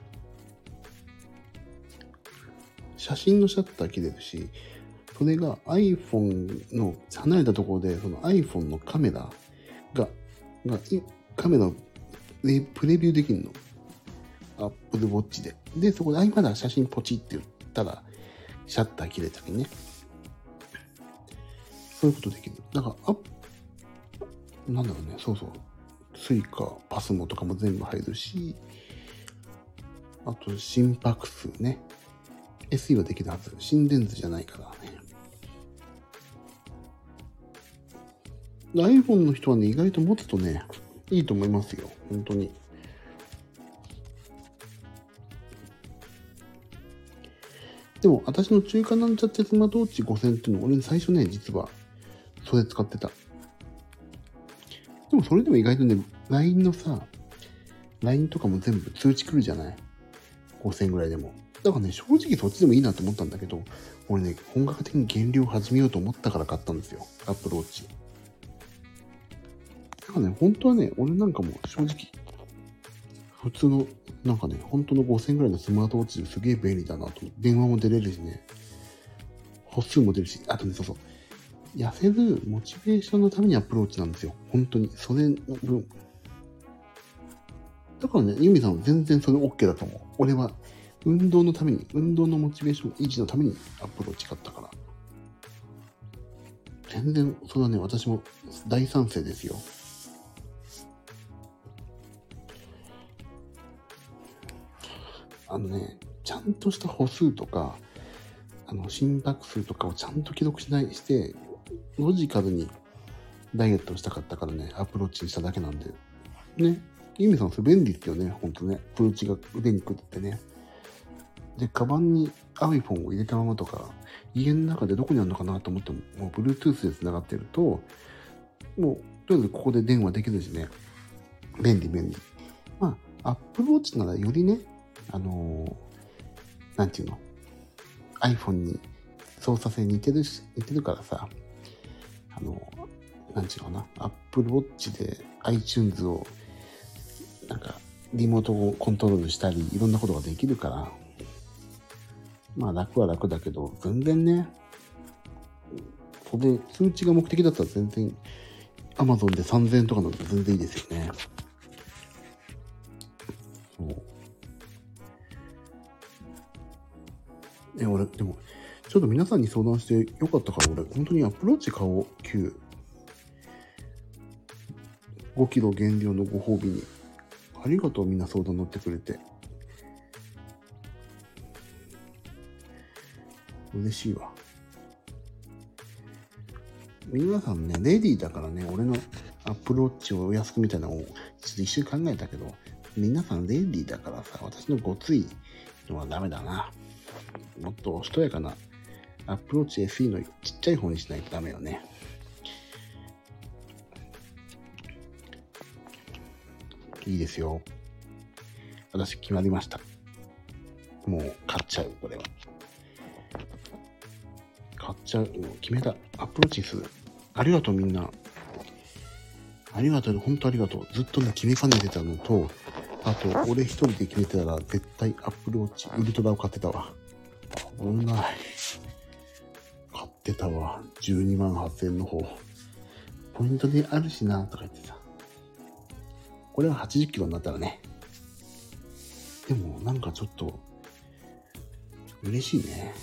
写真のシャッター切れるし、それが iPhone の離れたところで、その iPhone のカメラが、がカメラをプレビューできるの。Apple Watch で。で、そこで、あ、今だ写真ポチって言ったら、シャッター切れたりね。そういうことできる。だから、あ、なんだろうね、そうそう。スイカ、パスモとかも全部入るし、あと心拍数ね。エスイー はできるはず。心電図じゃないからね。iPhone の人はね、意外と持つとね、いいと思いますよ。本当に。でも、私の中華なんちゃってスマートウォッチごせんっていうの、俺最初ね、実は、それ使ってた。でもそれでも意外とね、ライン のさ、ライン とかも全部通知来るじゃない ?ごせんぐらいでも。だからね、正直そっちでもいいなと思ったんだけど、俺ね、本格的に減量を始めようと思ったから買ったんですよ。Apple Watch。だからね、本当はね、俺なんかも正直、普通の、なんかね、本当のごせんぐらいのスマートウォッチですげえ便利だなと。電話も出れるしね、歩数も出るし、あとね、そうそう。痩せるモチベーションのためにアプローチなんですよ。本当に。それの分。だからね、ユミさんは全然それ OK だと思う。俺は、運動のために、運動のモチベーション維持のためにアプローチ買ったから。全然、それはね、私も大賛成ですよ。あのね、ちゃんとした歩数とか、あの、心拍数とかをちゃんと記録しないして、ロジカルにダイエットをしたかったからね、アプローチにしただけなんで。ね。ユミさん、それ便利ですよね、ほんとね。プローチが腕にくるってね。で、カバンに iPhone を入れたままとか、家の中でどこにあるのかなと思っても、もう Bluetooth で繋がってると、もう、とりあえずここで電話できるしね。便利、便利。まあ、Apple Watch ならよりね、あのー、なんていうの iPhone に操作性似てるし、似てるからさ、あの、なんていうのかな、Apple Watch で iTunes を、なんか、 リモートをコントロールしたりいろんなことができるから、まあ楽は楽だけど、全然ね、それ通知が目的だったら全然 Amazon でさんぜんえんとかの全然いいですよね。そう。え、俺、でも、ちょっと皆さんに相談してよかったから、俺、本当にアプローチ買おう、きゅう。ごキロ減量のご褒美に。ありがとう、みんな相談乗ってくれて。嬉しいわ。皆さんね、レディーだからね、俺のアプローチをお安くみたいなのをちょっと一瞬考えたけど、皆さんレディーだからさ、私のごついのはダメだな。もっとおしとやかなアプローチ エスイー のちっちゃい方にしないとダメよね。いいですよ。私決まりました。もう買っちゃう、これは。買っちゃう。もう決めた。アプローチする。ありがとうみんな。ありがとう。本当ありがとう。ずっとね、決めかねてたのと、あと、俺一人で決めてたら絶対アプローチ、ウルトラを買ってたわ。危ない。買ってたわ。じゅうにまんはっせんえんの方。ポイントであるしな、とか言ってさ。これははちじゅっキロになったらね。でも、なんかちょっと、嬉しいね。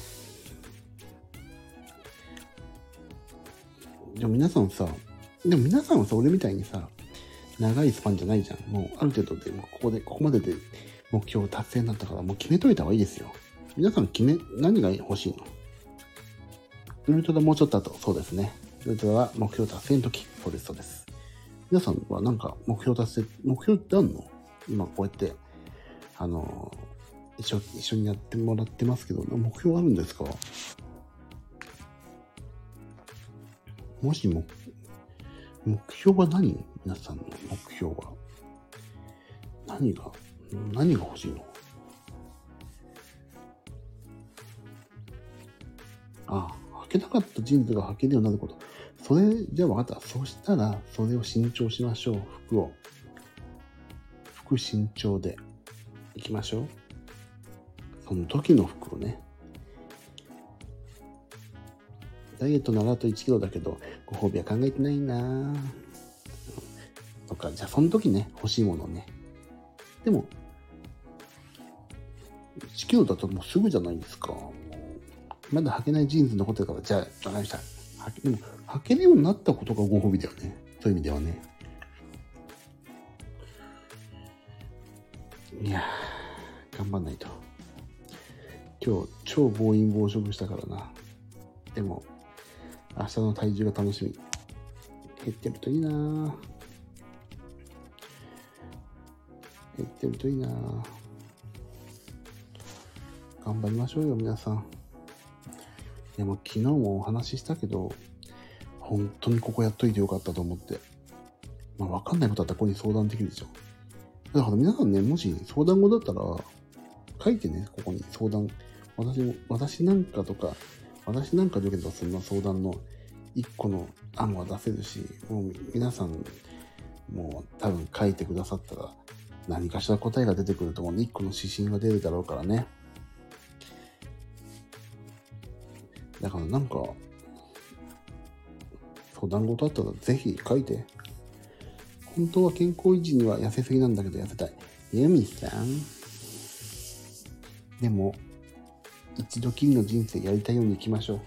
でも皆さんさ、でも皆さんはさ、俺みたいにさ、長いスパンじゃないじゃん。もうある程度で、もうここで、ここまでで目標達成になったから、もう決めといた方がいいですよ。皆さん決め、何が欲しいの？ウルトラもうちょっと後、そうですね。ウルトラは目標達成の時、そうです、そうです。皆さんはなんか目標達成、目標ってあるの？今こうやって、あの、一緒、一緒にやってもらってますけど、目標あるんですか？もしも、目標は何？皆さんの目標は。何が、何が欲しいの？ああ、履けなかったジーンズが履けるようになること。それ、じゃあ分かった。そうしたら、それを新調しましょう。服を。服新調で行きましょう。その時の服をね。ダイエットならあといちキロだけど、ご褒美は考えてないなとか、じゃあその時ね、欲しいものね。でも、いちキロだともうすぐじゃないですか。まだ履けないジーンズ残ってるから、じゃあ、わかりました。でも、履けるようになったことがご褒美だよね。そういう意味ではね。いやー、頑張んないと。今日、超暴飲暴食したからな。でも、明日の体重が楽しみ。減ってるといいなぁ。減ってるといいなぁ。頑張りましょうよ、皆さん。でも昨日もお話ししたけど、本当にここやっといてよかったと思って。まあわかんないことだったらここに相談できるでしょ。だから皆さんね、もし相談後だったら、書いてね、ここに相談。私も、私なんかとか、私なんかでよければそんな相談の一個の案は出せるし、もう皆さん、もう多分書いてくださったら、何かしら答えが出てくると思う。一個の指針が出るだろうからね。だからなんか、相談事あったらぜひ書いて。本当は健康維持には痩せすぎなんだけど痩せたい。ユミさん。でも、一度きりの人生やりたいように生きましょう。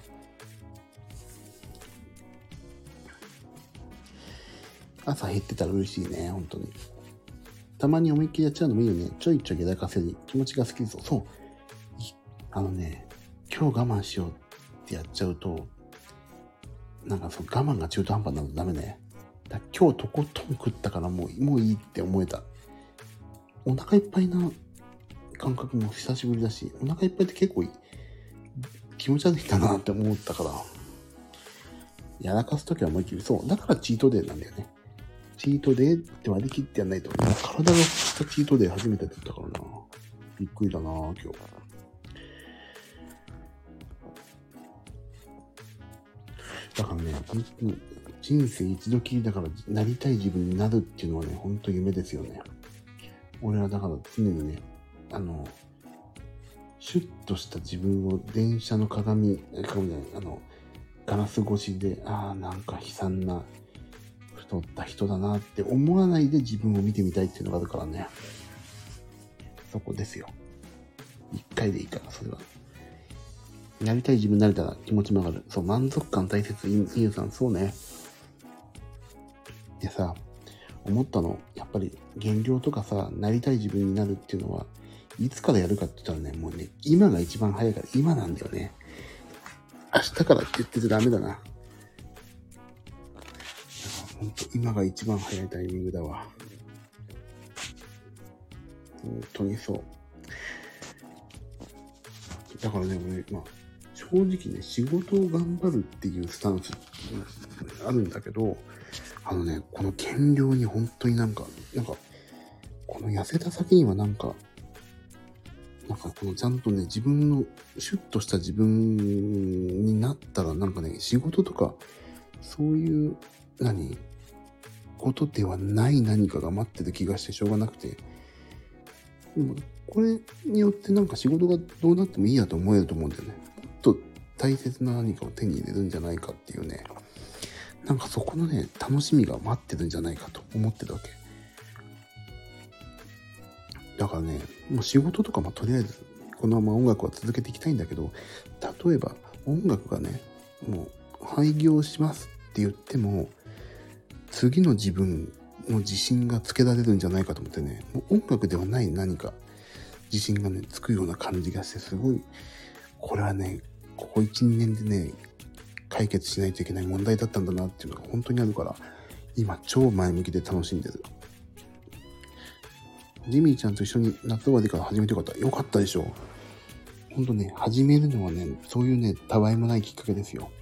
朝減ってたら嬉しいね、本当に。たまに思いっきりやっちゃうのもいいよね。ちょいちょい下かせに気持ちが好きです。そう。あのね、今日我慢しようってやっちゃうと、なんかそう我慢が中途半端になるとダメね。だ今日とことん食ったからもう、もういいって思えた。お腹いっぱいな感覚も久しぶりだし、お腹いっぱいって結構いい気持ち悪いんだなって思ったから、やらかすときは思いっきり、そう。だからチートデーなんだよね。チートデーって割り切ってやんないと。体がしたチートデー初めてだったからな。びっくりだな今日。だからね、人生一度きりだからなりたい自分になるっていうのはね、ほんと夢ですよね。 俺はだから常にね、あの、シュッとした自分を電車の鏡、鏡じゃない、あの、ガラス越しで、ああ、なんか悲惨な、太った人だなって思わないで自分を見てみたいっていうのがあるからね。そこですよ。一回でいいから、それは。なりたい自分になれたら気持ちも上がる。そう、満足感大切。みゆさん、そうね。でさ、思ったの、やっぱり減量とかさ、なりたい自分になるっていうのは、いつからやるかって言ったらね、もうね、今が一番早いから、今なんだよね。明日からって言ってちゃダメだな。ほんと、今が一番早いタイミングだわ。本当にそう。だからね、俺、まあ、正直ね、仕事を頑張るっていうスタンスあるんだけど、あのね、この減量に本当になんか、なんか、この痩せた先にはなんか、なんかこのちゃんとね、自分のシュッとした自分になったらなんかね、仕事とか、そういう、何ことではない何かが待ってる気がしてしょうがなくて、でもこれによってなんか仕事がどうなってもいいやと思えると思うんだよね。もっと大切な何かを手に入れるんじゃないかっていうね、なんかそこのね、楽しみが待ってるんじゃないかと思ってるわけ。だからね、もう仕事とかまあとりあえずこのまま音楽は続けていきたいんだけど、例えば音楽がね、もう廃業しますって言っても、次の自分の自信がつけられるんじゃないかと思ってね、もう音楽ではない何か自信がね、つくような感じがして、すごい、これはね、ここいち、にねんでね、解決しないといけない問題だったんだなっていうのが本当にあるから、今超前向きで楽しんでる。ジミーちゃんと一緒に夏終わりから始めてよかった。よかったでしょ。ほんとね、始めるのはね、そういうね、たわいもないきっかけですよ。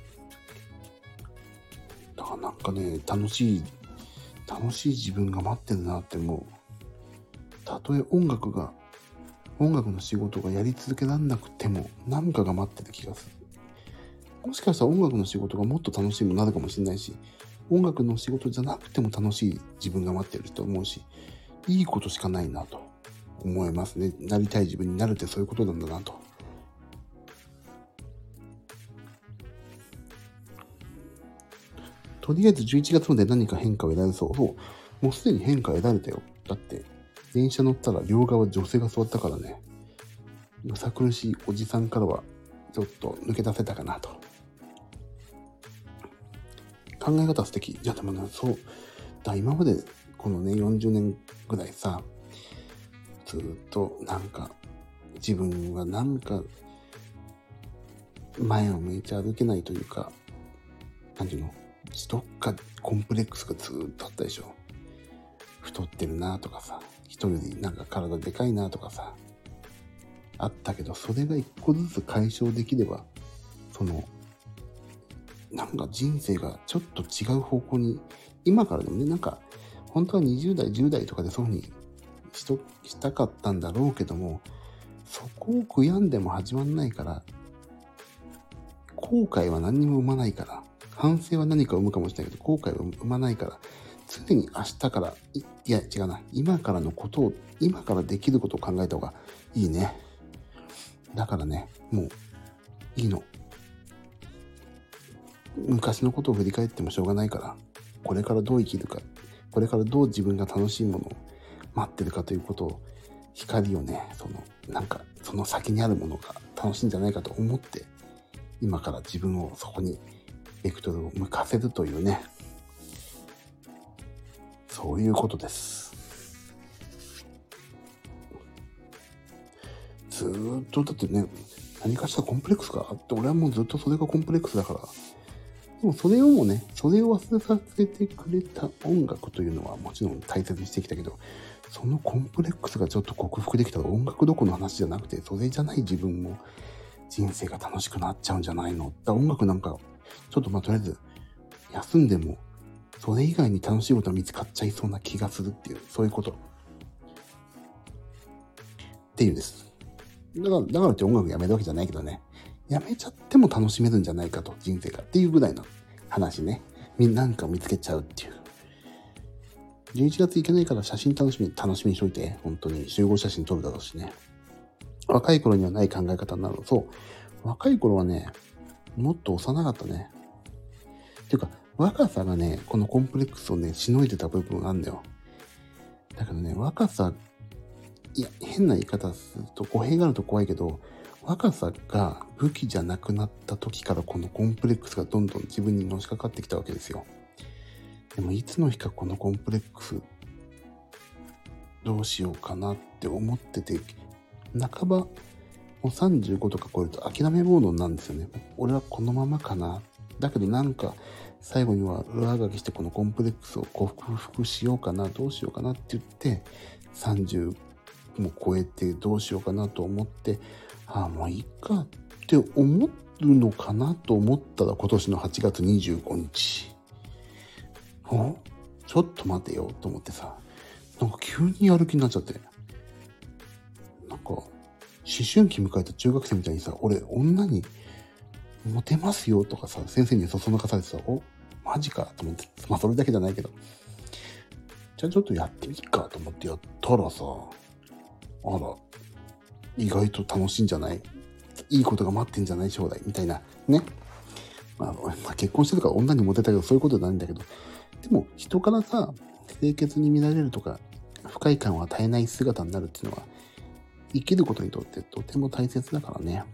だからなんかね、楽しい、楽しい自分が待ってるなって思う。たとえ音楽が、音楽の仕事がやり続けらんなくても、何かが待ってる気がする。もしかしたら音楽の仕事がもっと楽しいものになるかもしれないし、音楽の仕事じゃなくても楽しい自分が待ってると思うし、いいことしかないなと思いますね。なりたい自分になるってそういうことなんだなと。とりあえずじゅういちがつまで何か変化を得られそう。そう。もうすでに変化を得られたよ。だって、電車乗ったら両側女性が座ったからね。むさ苦しいおじさんからはちょっと抜け出せたかなと。考え方素敵。いやでもね、そう。だ今までこのね、よんじゅうねんぐらいさ、ずっとなんか、自分はなんか、前を向いて歩けないというか、なんていうの？どっかコンプレックスがずーっとあったでしょ。太ってるなとかさ、人よりなんか体でかいなとかさ、あったけど、それが一個ずつ解消できれば、その、なんか人生がちょっと違う方向に、今からでもね、なんか、本当はにじゅう代、じゅう代とかでそういう風にしと、したかったんだろうけども、そこを悔やんでも始まんないから、後悔は何にも生まないから、反省は何か生むかもしれないけど、後悔は生まないから、常に明日から、い、いや違うな、今からのことを、今からできることを考えた方がいいね。だからね、もう、いいの。昔のことを振り返ってもしょうがないから、これからどう生きるか、これからどう自分が楽しいものを待ってるかということを、光をね、その、なんか、その先にあるものが楽しいんじゃないかと思って、今から自分をそこに、ベクトルを向かせるというね、そういうことです。ずーっと、だってね、何かしらコンプレックスがあって、俺はもうずっとそれがコンプレックスだから、でもそれをもね、それを忘れさせてくれた音楽というのはもちろん大切にしてきたけど、そのコンプレックスがちょっと克服できたら音楽どころの話じゃなくて、それじゃない自分も人生が楽しくなっちゃうんじゃないの。だ音楽なんか、ちょっとまあとりあえず休んでも、それ以外に楽しいことが見つかっちゃいそうな気がするっていう、そういうこと。っていうです。だから、だからって音楽やめるわけじゃないけどね。やめちゃっても楽しめるんじゃないかと、人生がっていうぐらいの話ね。みんななんか見つけちゃうっていう。 じゅういちがつ行けないから写真楽しみ、楽しみにしといて。本当に集合写真撮るだろうしね。若い頃にはない考え方になる。そう。若い頃はね、もっと幼かったね。っていうか、若さがね、このコンプレックスをね、しのいでた部分があるんだよ。だけどね、若さ、いや、変な言い方すると語弊があると怖いけど、若さが武器じゃなくなった時からこのコンプレックスがどんどん自分にのしかかってきたわけですよ。でもいつの日かこのコンプレックスどうしようかなって思ってて、半ばもうさんじゅうごとか超えると諦めモードなんですよね。俺はこのままかな。だけどなんか最後には上書きしてこのコンプレックスを克服しようかな、どうしようかなって言ってさんじゅうも超えてどうしようかなと思って、ああもういいかって思うのかなと思ったら今年のはちがつにじゅうごにち。おちょっと待てよと思ってさ、なんか急にやる気になっちゃって。なんか思春期迎えた中学生みたいにさ、俺女にモテますよとかさ、先生にそそのかされてさ、おマジかと思って、まあそれだけじゃないけど、じゃあちょっとやってみっかと思ってやったらさ、あら、意外と楽しいんじゃない？いいことが待ってんじゃない将来みたいなね。まあ、まあ、結婚してるから女にモテたけどそういうことじゃないんだけど、でも人からさ、清潔に見られるとか不快感を与えない姿になるっていうのは生きることにとってとても大切だからね。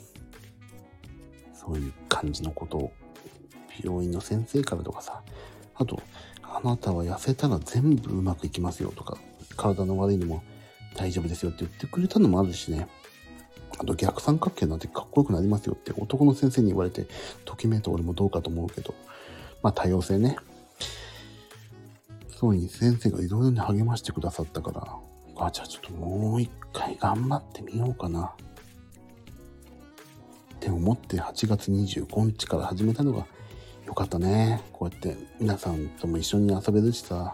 そういう感じのことを病院の先生からとかさ、あとあなたは痩せたら全部うまくいきますよとか、体の悪いのも大丈夫ですよって言ってくれたのもあるしね。あと逆三角形なんてかっこよくなりますよって男の先生に言われてときめいた俺もどうかと思うけど、まあ多様性ね。そういう先生がいろいろに励ましてくださったから、あ、じゃあちょっともう一回頑張ってみようかなって思ってはちがつにじゅうごにちから始めたのがよかったね。こうやって皆さんとも一緒に遊べるしさ。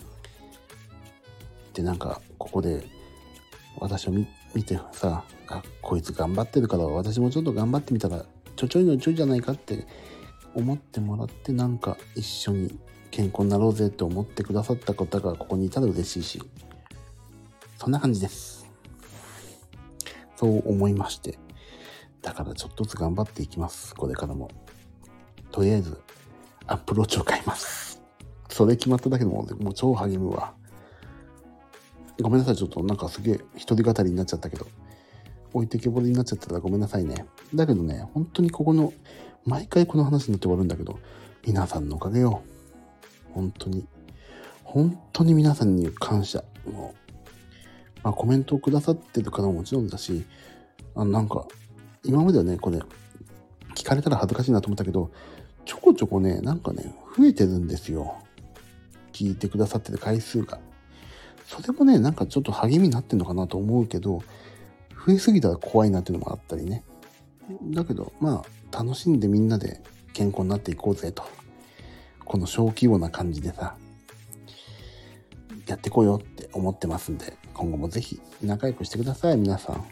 で、なんかここで私を 見, 見てさ、あ、こいつ頑張ってるから私もちょっと頑張ってみたらちょちょいのちょいじゃないかって思ってもらって、なんか一緒に健康になろうぜって思ってくださった方がここにいたら嬉しいし、そんな感じです。そう思いまして、だからちょっとずつ頑張っていきます。これからもとりあえずアプローチを変えます。それ決まっただけでももう超励むわ。ごめんなさい、ちょっとなんかすげえ一人語りになっちゃったけど、置いてけぼりになっちゃったらごめんなさいね。だけどね、本当にここの毎回この話になって終わるんだけど、皆さんのおかげよ。本当に本当に皆さんに感謝。もう、まあ、コメントをくださってる方ももちろんだし、あのなんか今まではね、これ聞かれたら恥ずかしいなと思ったけど、ちょこちょこね、なんかね増えてるんですよ。聞いてくださってる回数が。それもね、なんかちょっと励みになってんのかなと思うけど、増えすぎたら怖いなっていうのもあったりね。だけど、まあ、楽しんでみんなで健康になっていこうぜと。この小規模な感じでさ、やってこうよって思ってますんで、今後もぜひ仲良くしてください、皆さん。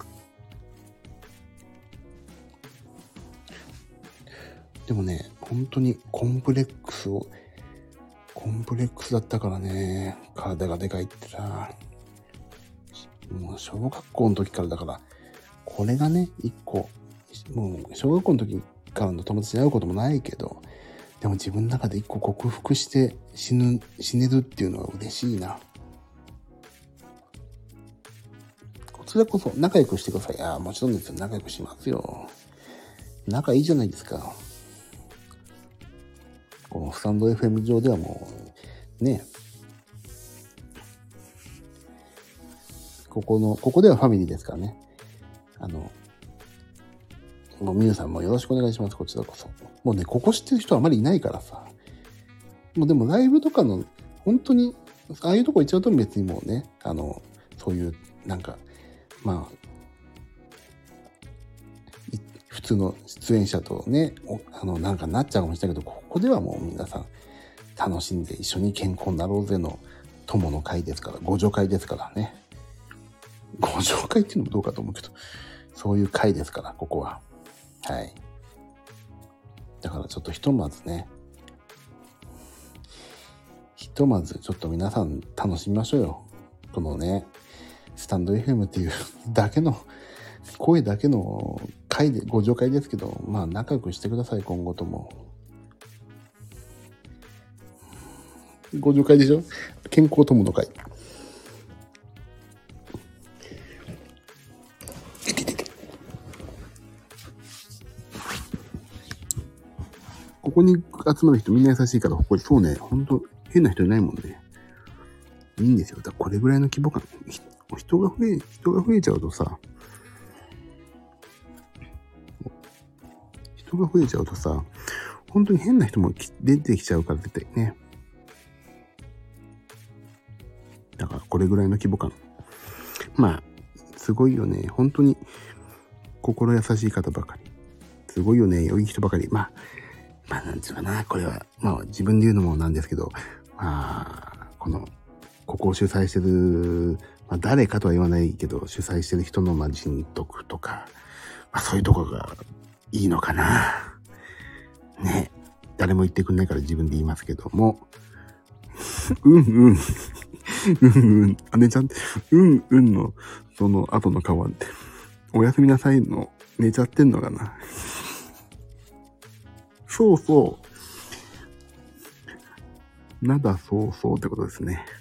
でもね、本当にコンプレックスを、コンプレックスだったからね、体がでかいってさ、もう小学校の時からだから、これがね、一個、もう小学校の時からの友達に会うこともないけど、でも自分の中で一個克服して死ぬ、死ねるっていうのは嬉しいな。こちらこそ仲良くしてください。いや、もちろんですよ。仲良くしますよ。仲いいじゃないですか。このスタンド エフエム 上ではもう、ね、ここの、ここではファミリーですからね。あの、もう皆さんもよろしくお願いします。こちらこそ。もうね、ここ知ってる人はあまりいないからさ。もうでもライブとかの、本当に、ああいうとこ行っちゃうと別にもうね、あの、そういう、なんか、まあ、普通の出演者とね、あの、なんかなっちゃうかもしれないけど、ここではもう皆さん楽しんで一緒に健康になろうぜの友の会ですから、ご助会ですからね。ご助会っていうのもどうかと思うけど、そういう会ですから、ここは。はい。だからちょっとひとまずね、 ひとまずちょっと皆さん楽しみましょうよ。このね、スタンド エフエム っていうだけの、声だけの回で、ご助会ですけど、まあ仲良くしてください、今後とも。ご助会でしょ？健康友の会。ここに集まる人みんな優しいから、ここそうね、ほんと変な人いないもんね。いいんですよ。だからこれぐらいの規模感、人が増え、人が増えちゃうとさ、人が増えちゃうとさ、本当に変な人も出てきちゃうから絶対ね。だからこれぐらいの規模感。まあ、すごいよね。本当に心優しい方ばかり。すごいよね。良い人ばかり。まあ、まあなんつうかな。これは、まあ自分で言うのもなんですけど、まあ、この、ここを主催してる、まあ誰かとは言わないけど、主催してる人のまあ人徳とか、まあそういうところがいいのかな。ね。誰も言ってくんないから自分で言いますけども。うんうん。うんうん。姉ちゃん、うんうんの、その後の顔は、おやすみなさいの、寝ちゃってんのかな。そうそう。なだそうそうってことですね。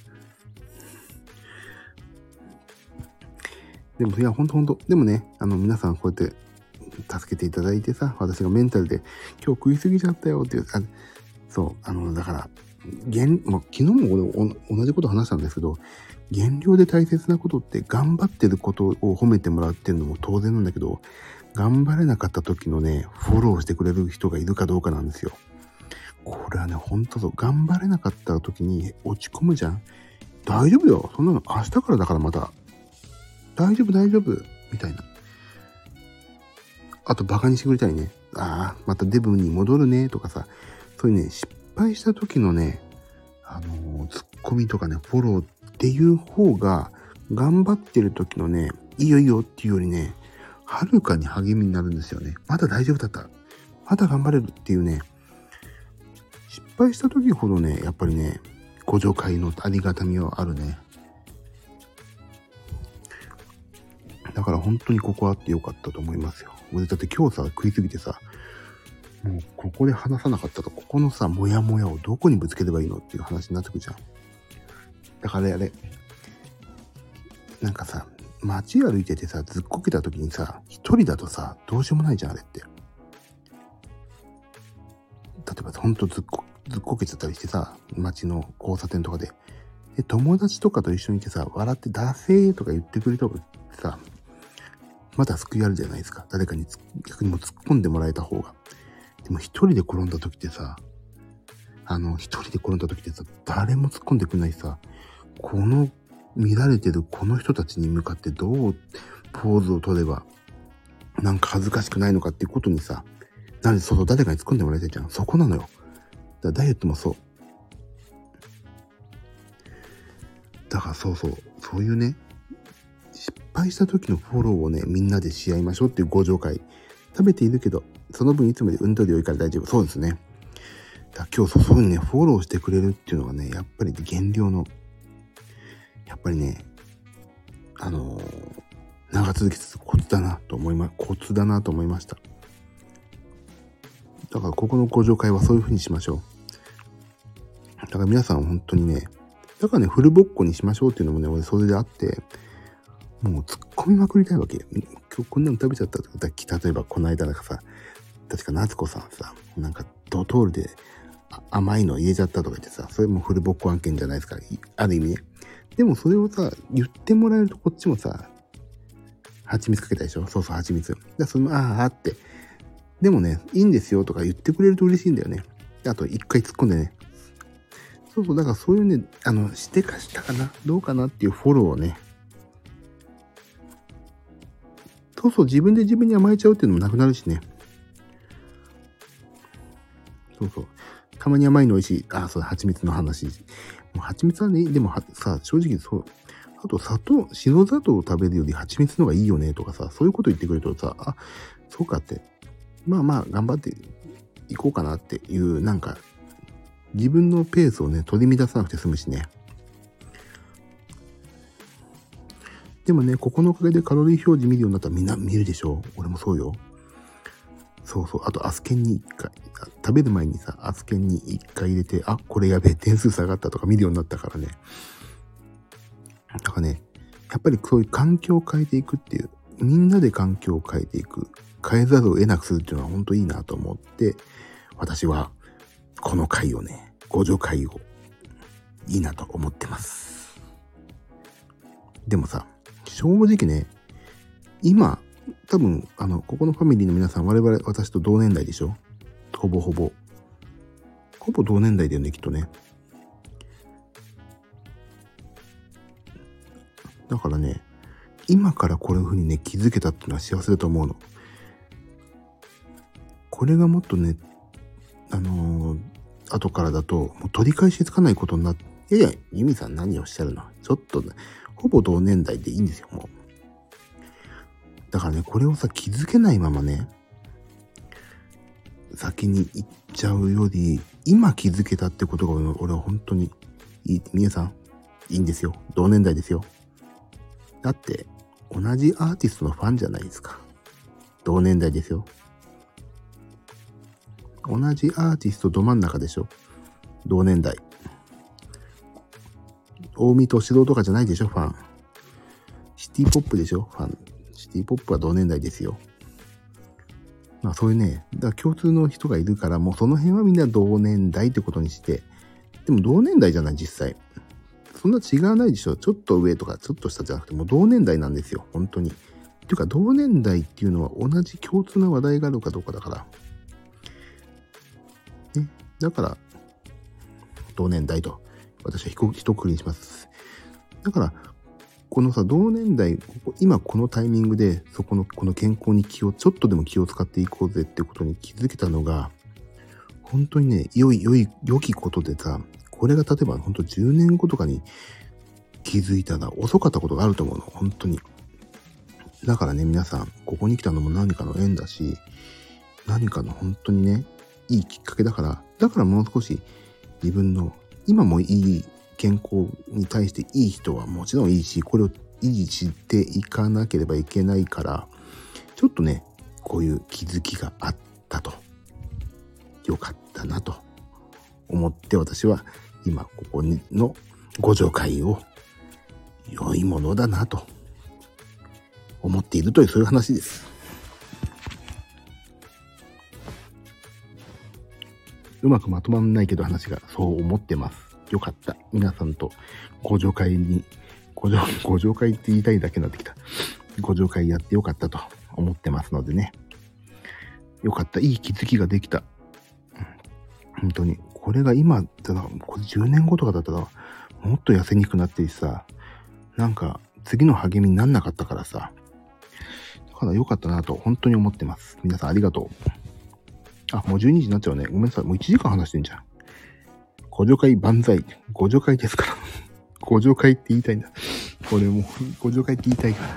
でも、いや、ほんとほんと。でもね、あの、皆さんこうやって助けていただいてさ、私がメンタルで、今日食いすぎちゃったよっていう、あそう、あの、だから、減、もう昨日も俺同じこと話したんですけど、減量で大切なことって頑張ってることを褒めてもらってるのも当然なんだけど、頑張れなかった時のね、フォローしてくれる人がいるかどうかなんですよ。これはね、ほんとそう。頑張れなかった時に落ち込むじゃん。大丈夫よ。そんなの明日からだからまた。大丈夫大丈夫。みたいな。あとバカにしてくれたりね。ああ、またデブに戻るね。とかさ。そういうね、失敗した時のね、あのー、ツッコミとかね、フォローっていう方が、頑張ってる時のね、いいよいいよっていうよりね、はるかに励みになるんですよね。まだ大丈夫だった。まだ頑張れるっていうね、失敗した時ほどね、やっぱりね、ご助会のありがたみはあるね。だから本当にここあってよかったと思いますよ。俺だって今日さ、食いすぎてさ、もうここで話さなかったと、ここのさ、モヤモヤをどこにぶつければいいのっていう話になってくるじゃん。だからあれ、なんかさ、街歩いててさ、ずっこけた時にさ、一人だとさ、どうしようもないじゃん、あれって。例えばほんとずっこ、ずっこけちゃったりしてさ、街の交差点とかで。で、友達とかと一緒にいてさ、笑ってダセーとか言ってくれた方がさ、まだ救いあるじゃないですか。誰かに逆にも突っ込んでもらえた方が。でも一人で転んだ時ってさ、あの、一人で転んだ時ってさ、誰も突っ込んでくれないしさ、この乱れてるこの人たちに向かってどうポーズを取れば、なんか恥ずかしくないのかっていうことにさ、なんでそうそう誰かに突っ込んでもらいたいじゃん。そこなのよ。だからダイエットもそう。だからそうそう、そういうね、失敗した時のフォローをね、みんなでし合いましょうっていうご助会。食べているけど、その分いつもより運動量多いから大丈夫。そうですね。だ今日そうそういうね、フォローしてくれるっていうのがね、やっぱり減量の、やっぱりね、あのー、長続きするコツだなと思いま、コツだなと思いました。だからここのご助会はそういう風にしましょう。だから皆さん本当にね、だからね、フルボッコにしましょうっていうのもね、俺それであって、もう突っ込みまくりたいわけ。今日こんなの食べちゃったとか、例えばこの間なんかさ、確か夏子さんさ、なんかドトールで甘いの入れちゃったとか言ってさ、それもフルボッコ案件じゃないですか。ある意味ね。でもそれをさ、言ってもらえるとこっちもさ、蜂蜜かけたでしょ。そうそう、蜂蜜。で、その、ああ、あって。でもね、いいんですよとか言ってくれると嬉しいんだよね。あと、一回突っ込んでね。そうそう、だからそういうね、あの、してかしたかなどうかなっていうフォローをね。そうそう、自分で自分に甘えちゃうっていうのもなくなるしね。そうそう。たまに甘いの美味しい。あ、そう、蜂蜜の話。もう蜂蜜はね、でもさ、正直そう。あと、砂糖、白砂糖を食べるより蜂蜜の方がいいよねとかさ、そういうこと言ってくれるとさ、あ、そうかって。まあまあ、頑張っていこうかなっていう、なんか、 自分のペースをね、取り乱さなくて済むしね。でもね、ここのおかげでカロリー表示見るようになったらみんな見るでしょ。俺もそうよ。そうそう。あと、アスケンに一回、食べる前にさ、アスケンに一回入れて、あ、これやべえ、点数下がったとか見るようになったからね。だからね、やっぱりそういう環境を変えていくっていう、みんなで環境を変えていく、変えざるを得なくするっていうのは本当いいなと思って、私はこの回をね、ご助会をいいなと思ってます。でもさ、正直ね、今、多分、あの、ここのファミリーの皆さん、我々、私と同年代でしょ？ほぼほぼ。ほぼ同年代だよね、きっとね。だからね、今からこういう風にね、気づけたっていうのは幸せだと思うの。これがもっとね、あのー、後からだと、もう取り返しつかないことになって、いやいや、ユミさん何をおっしゃるの？ちょっとね、ほぼ同年代でいいんですよ、もう。だからね、これをさ、気づけないままね、先に行っちゃうより、今気づけたってことが俺は本当にいい。皆さん、いいんですよ。同年代ですよ。だって、同じアーティストのファンじゃないですか。同年代ですよ。同じアーティストど真ん中でしょ。同年代。大見敏郎とかじゃないでしょ、ファン。シティポップでしょ、ファン。シティポップは同年代ですよ。まあそういうね、だから共通の人がいるから、もうその辺はみんな同年代ってことにして、でも同年代じゃない、実際。そんな違わないでしょ。ちょっと上とかちょっと下じゃなくて、もう同年代なんですよ、本当に。っていうか、同年代っていうのは同じ共通な話題があるかどうかだから。ね。だから、同年代と、私は一括りにします。だから、このさ、同年代、今このタイミングで、そこの、この健康に気を、ちょっとでも気を使っていこうぜってことに気づけたのが、本当にね、良い、良い、良きことでさ、これが例えば本当じゅうねんごとかに気づいたら遅かったことがあると思うの、本当に。だからね、皆さん、ここに来たのも何かの縁だし、何かの本当にね、いいきっかけだから、だからもう少し自分の、今もいい健康に対していい人はもちろんいいし、これを維持していかなければいけないから、ちょっとね、こういう気づきがあったと。よかったなと思って私は今ここのご助会を良いものだなと思っているというそういう話です。うまくまとまんないけど話がそう思ってます。よかった。皆さんとご助会にご助、ご助会って言いたいだけになってきた。ご助会やってよかったと思ってますのでね。よかった。いい気づきができた。本当に。これが今、これじゅうねんごとかだったら、もっと痩せにくくなってるしさ、なんか、次の励みになんなかったからさ、だから良かったなと、本当に思ってます。皆さんありがとう。あ、もうじゅうにじになっちゃうね。ごめんなさい。もういちじかん話してんじゃん。ご助会万歳。ご助会ですから。ご助会って言いたいんだ。これもう、ご助会って言いたいから。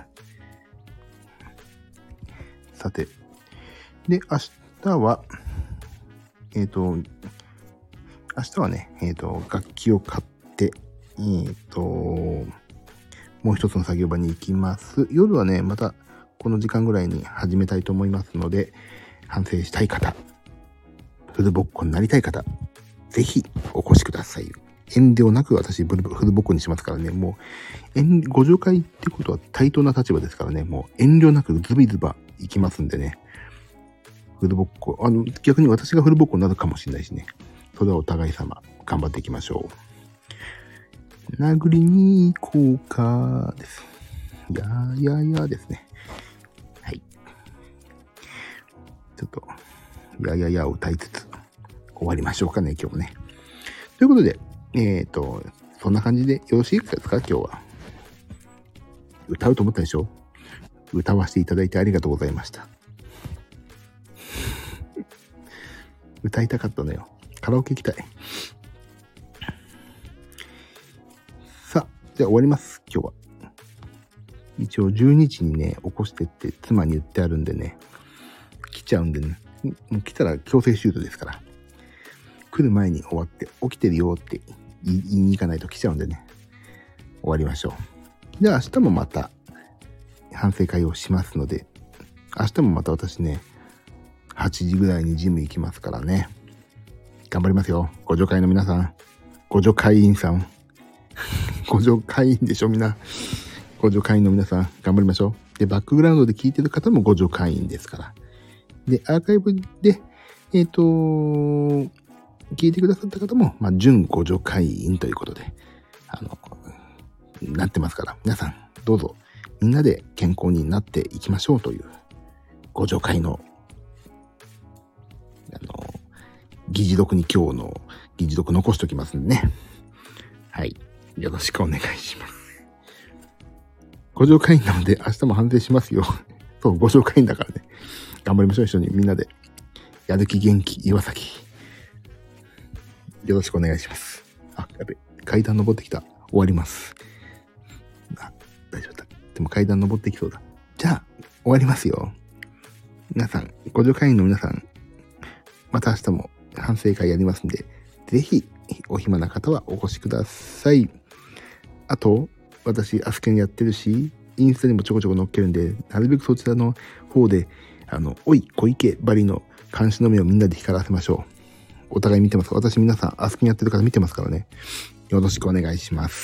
さて。で、明日は、えっと、明日はね、えっと、楽器を買って、えっと、もう一つの作業場に行きます。夜はね、またこの時間ぐらいに始めたいと思いますので、反省したい方、フルボッコになりたい方、ぜひお越しください。遠慮なく私、フルボッコにしますからね、もう、ご助会ってことは対等な立場ですからね、もう遠慮なくズビズバ行きますんでね。フルボッコ、あの、逆に私がフルボッコになるかもしれないしね。それはお互い様、頑張っていきましょう。殴りに行こうかです。いやーいやーやーですね。はい。ちょっと、いやいやいやを歌いつつ、終わりましょうかね、今日もね。ということで、えっと、そんな感じでよろしいですか、今日は。歌うと思ったでしょ？歌わせていただいてありがとうございました。歌いたかったのよ。カラオケ行きたい。さあ、じゃあ終わります、今日は。一応じゅうにじにね、起こしてって妻に言ってあるんでね、来ちゃうんでね、もう来たら強制シュートですから。 来る前に終わって起きてるよって言いに行かないと来ちゃうんでね。終わりましょう。では明日もまた反省会をしますので、明日もまた私ね、はちじぐらいにジム行きますからね。頑張りますよ。ご助会の皆さん。ご助会員さん。ご助会員でしょみんな。ご助会員の皆さん、頑張りましょう。で、バックグラウンドで聞いてる方もご助会員ですから。で、アーカイブで、えっと、聞いてくださった方も、まあ、準ご助会員ということで、あの、なってますから、皆さん、どうぞ、みんなで健康になっていきましょうという、ご助会の、あの、議事録に今日の議事録残しておきますんでね。はい。よろしくお願いします。ご助会員なので明日も反省しますよ。そう、ご助会員だからね。頑張りましょう、一緒にみんなで。やる気元気、岩崎。よろしくお願いします。あ、やべ、階段登ってきた。終わります。あ、大丈夫だ。でも階段登ってきそうだ。じゃあ、終わりますよ。皆さん、ご助会員の皆さん、また明日も反省会やりますんで、ぜひ、お暇な方はお越しください。あと、私、アスケンやってるし、インスタにもちょこちょこ載っけるんで、なるべくそちらの方で、あの、おい、小池ばりの監視の目をみんなで光らせましょう。お互い見てます。私皆さん、アスケンやってる方見てますからね。よろしくお願いします。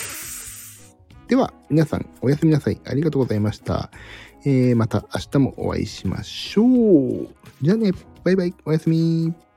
では、皆さん、おやすみなさい。ありがとうございました。えー、また明日もお会いしましょう。じゃあね、バイバイ、おやすみ。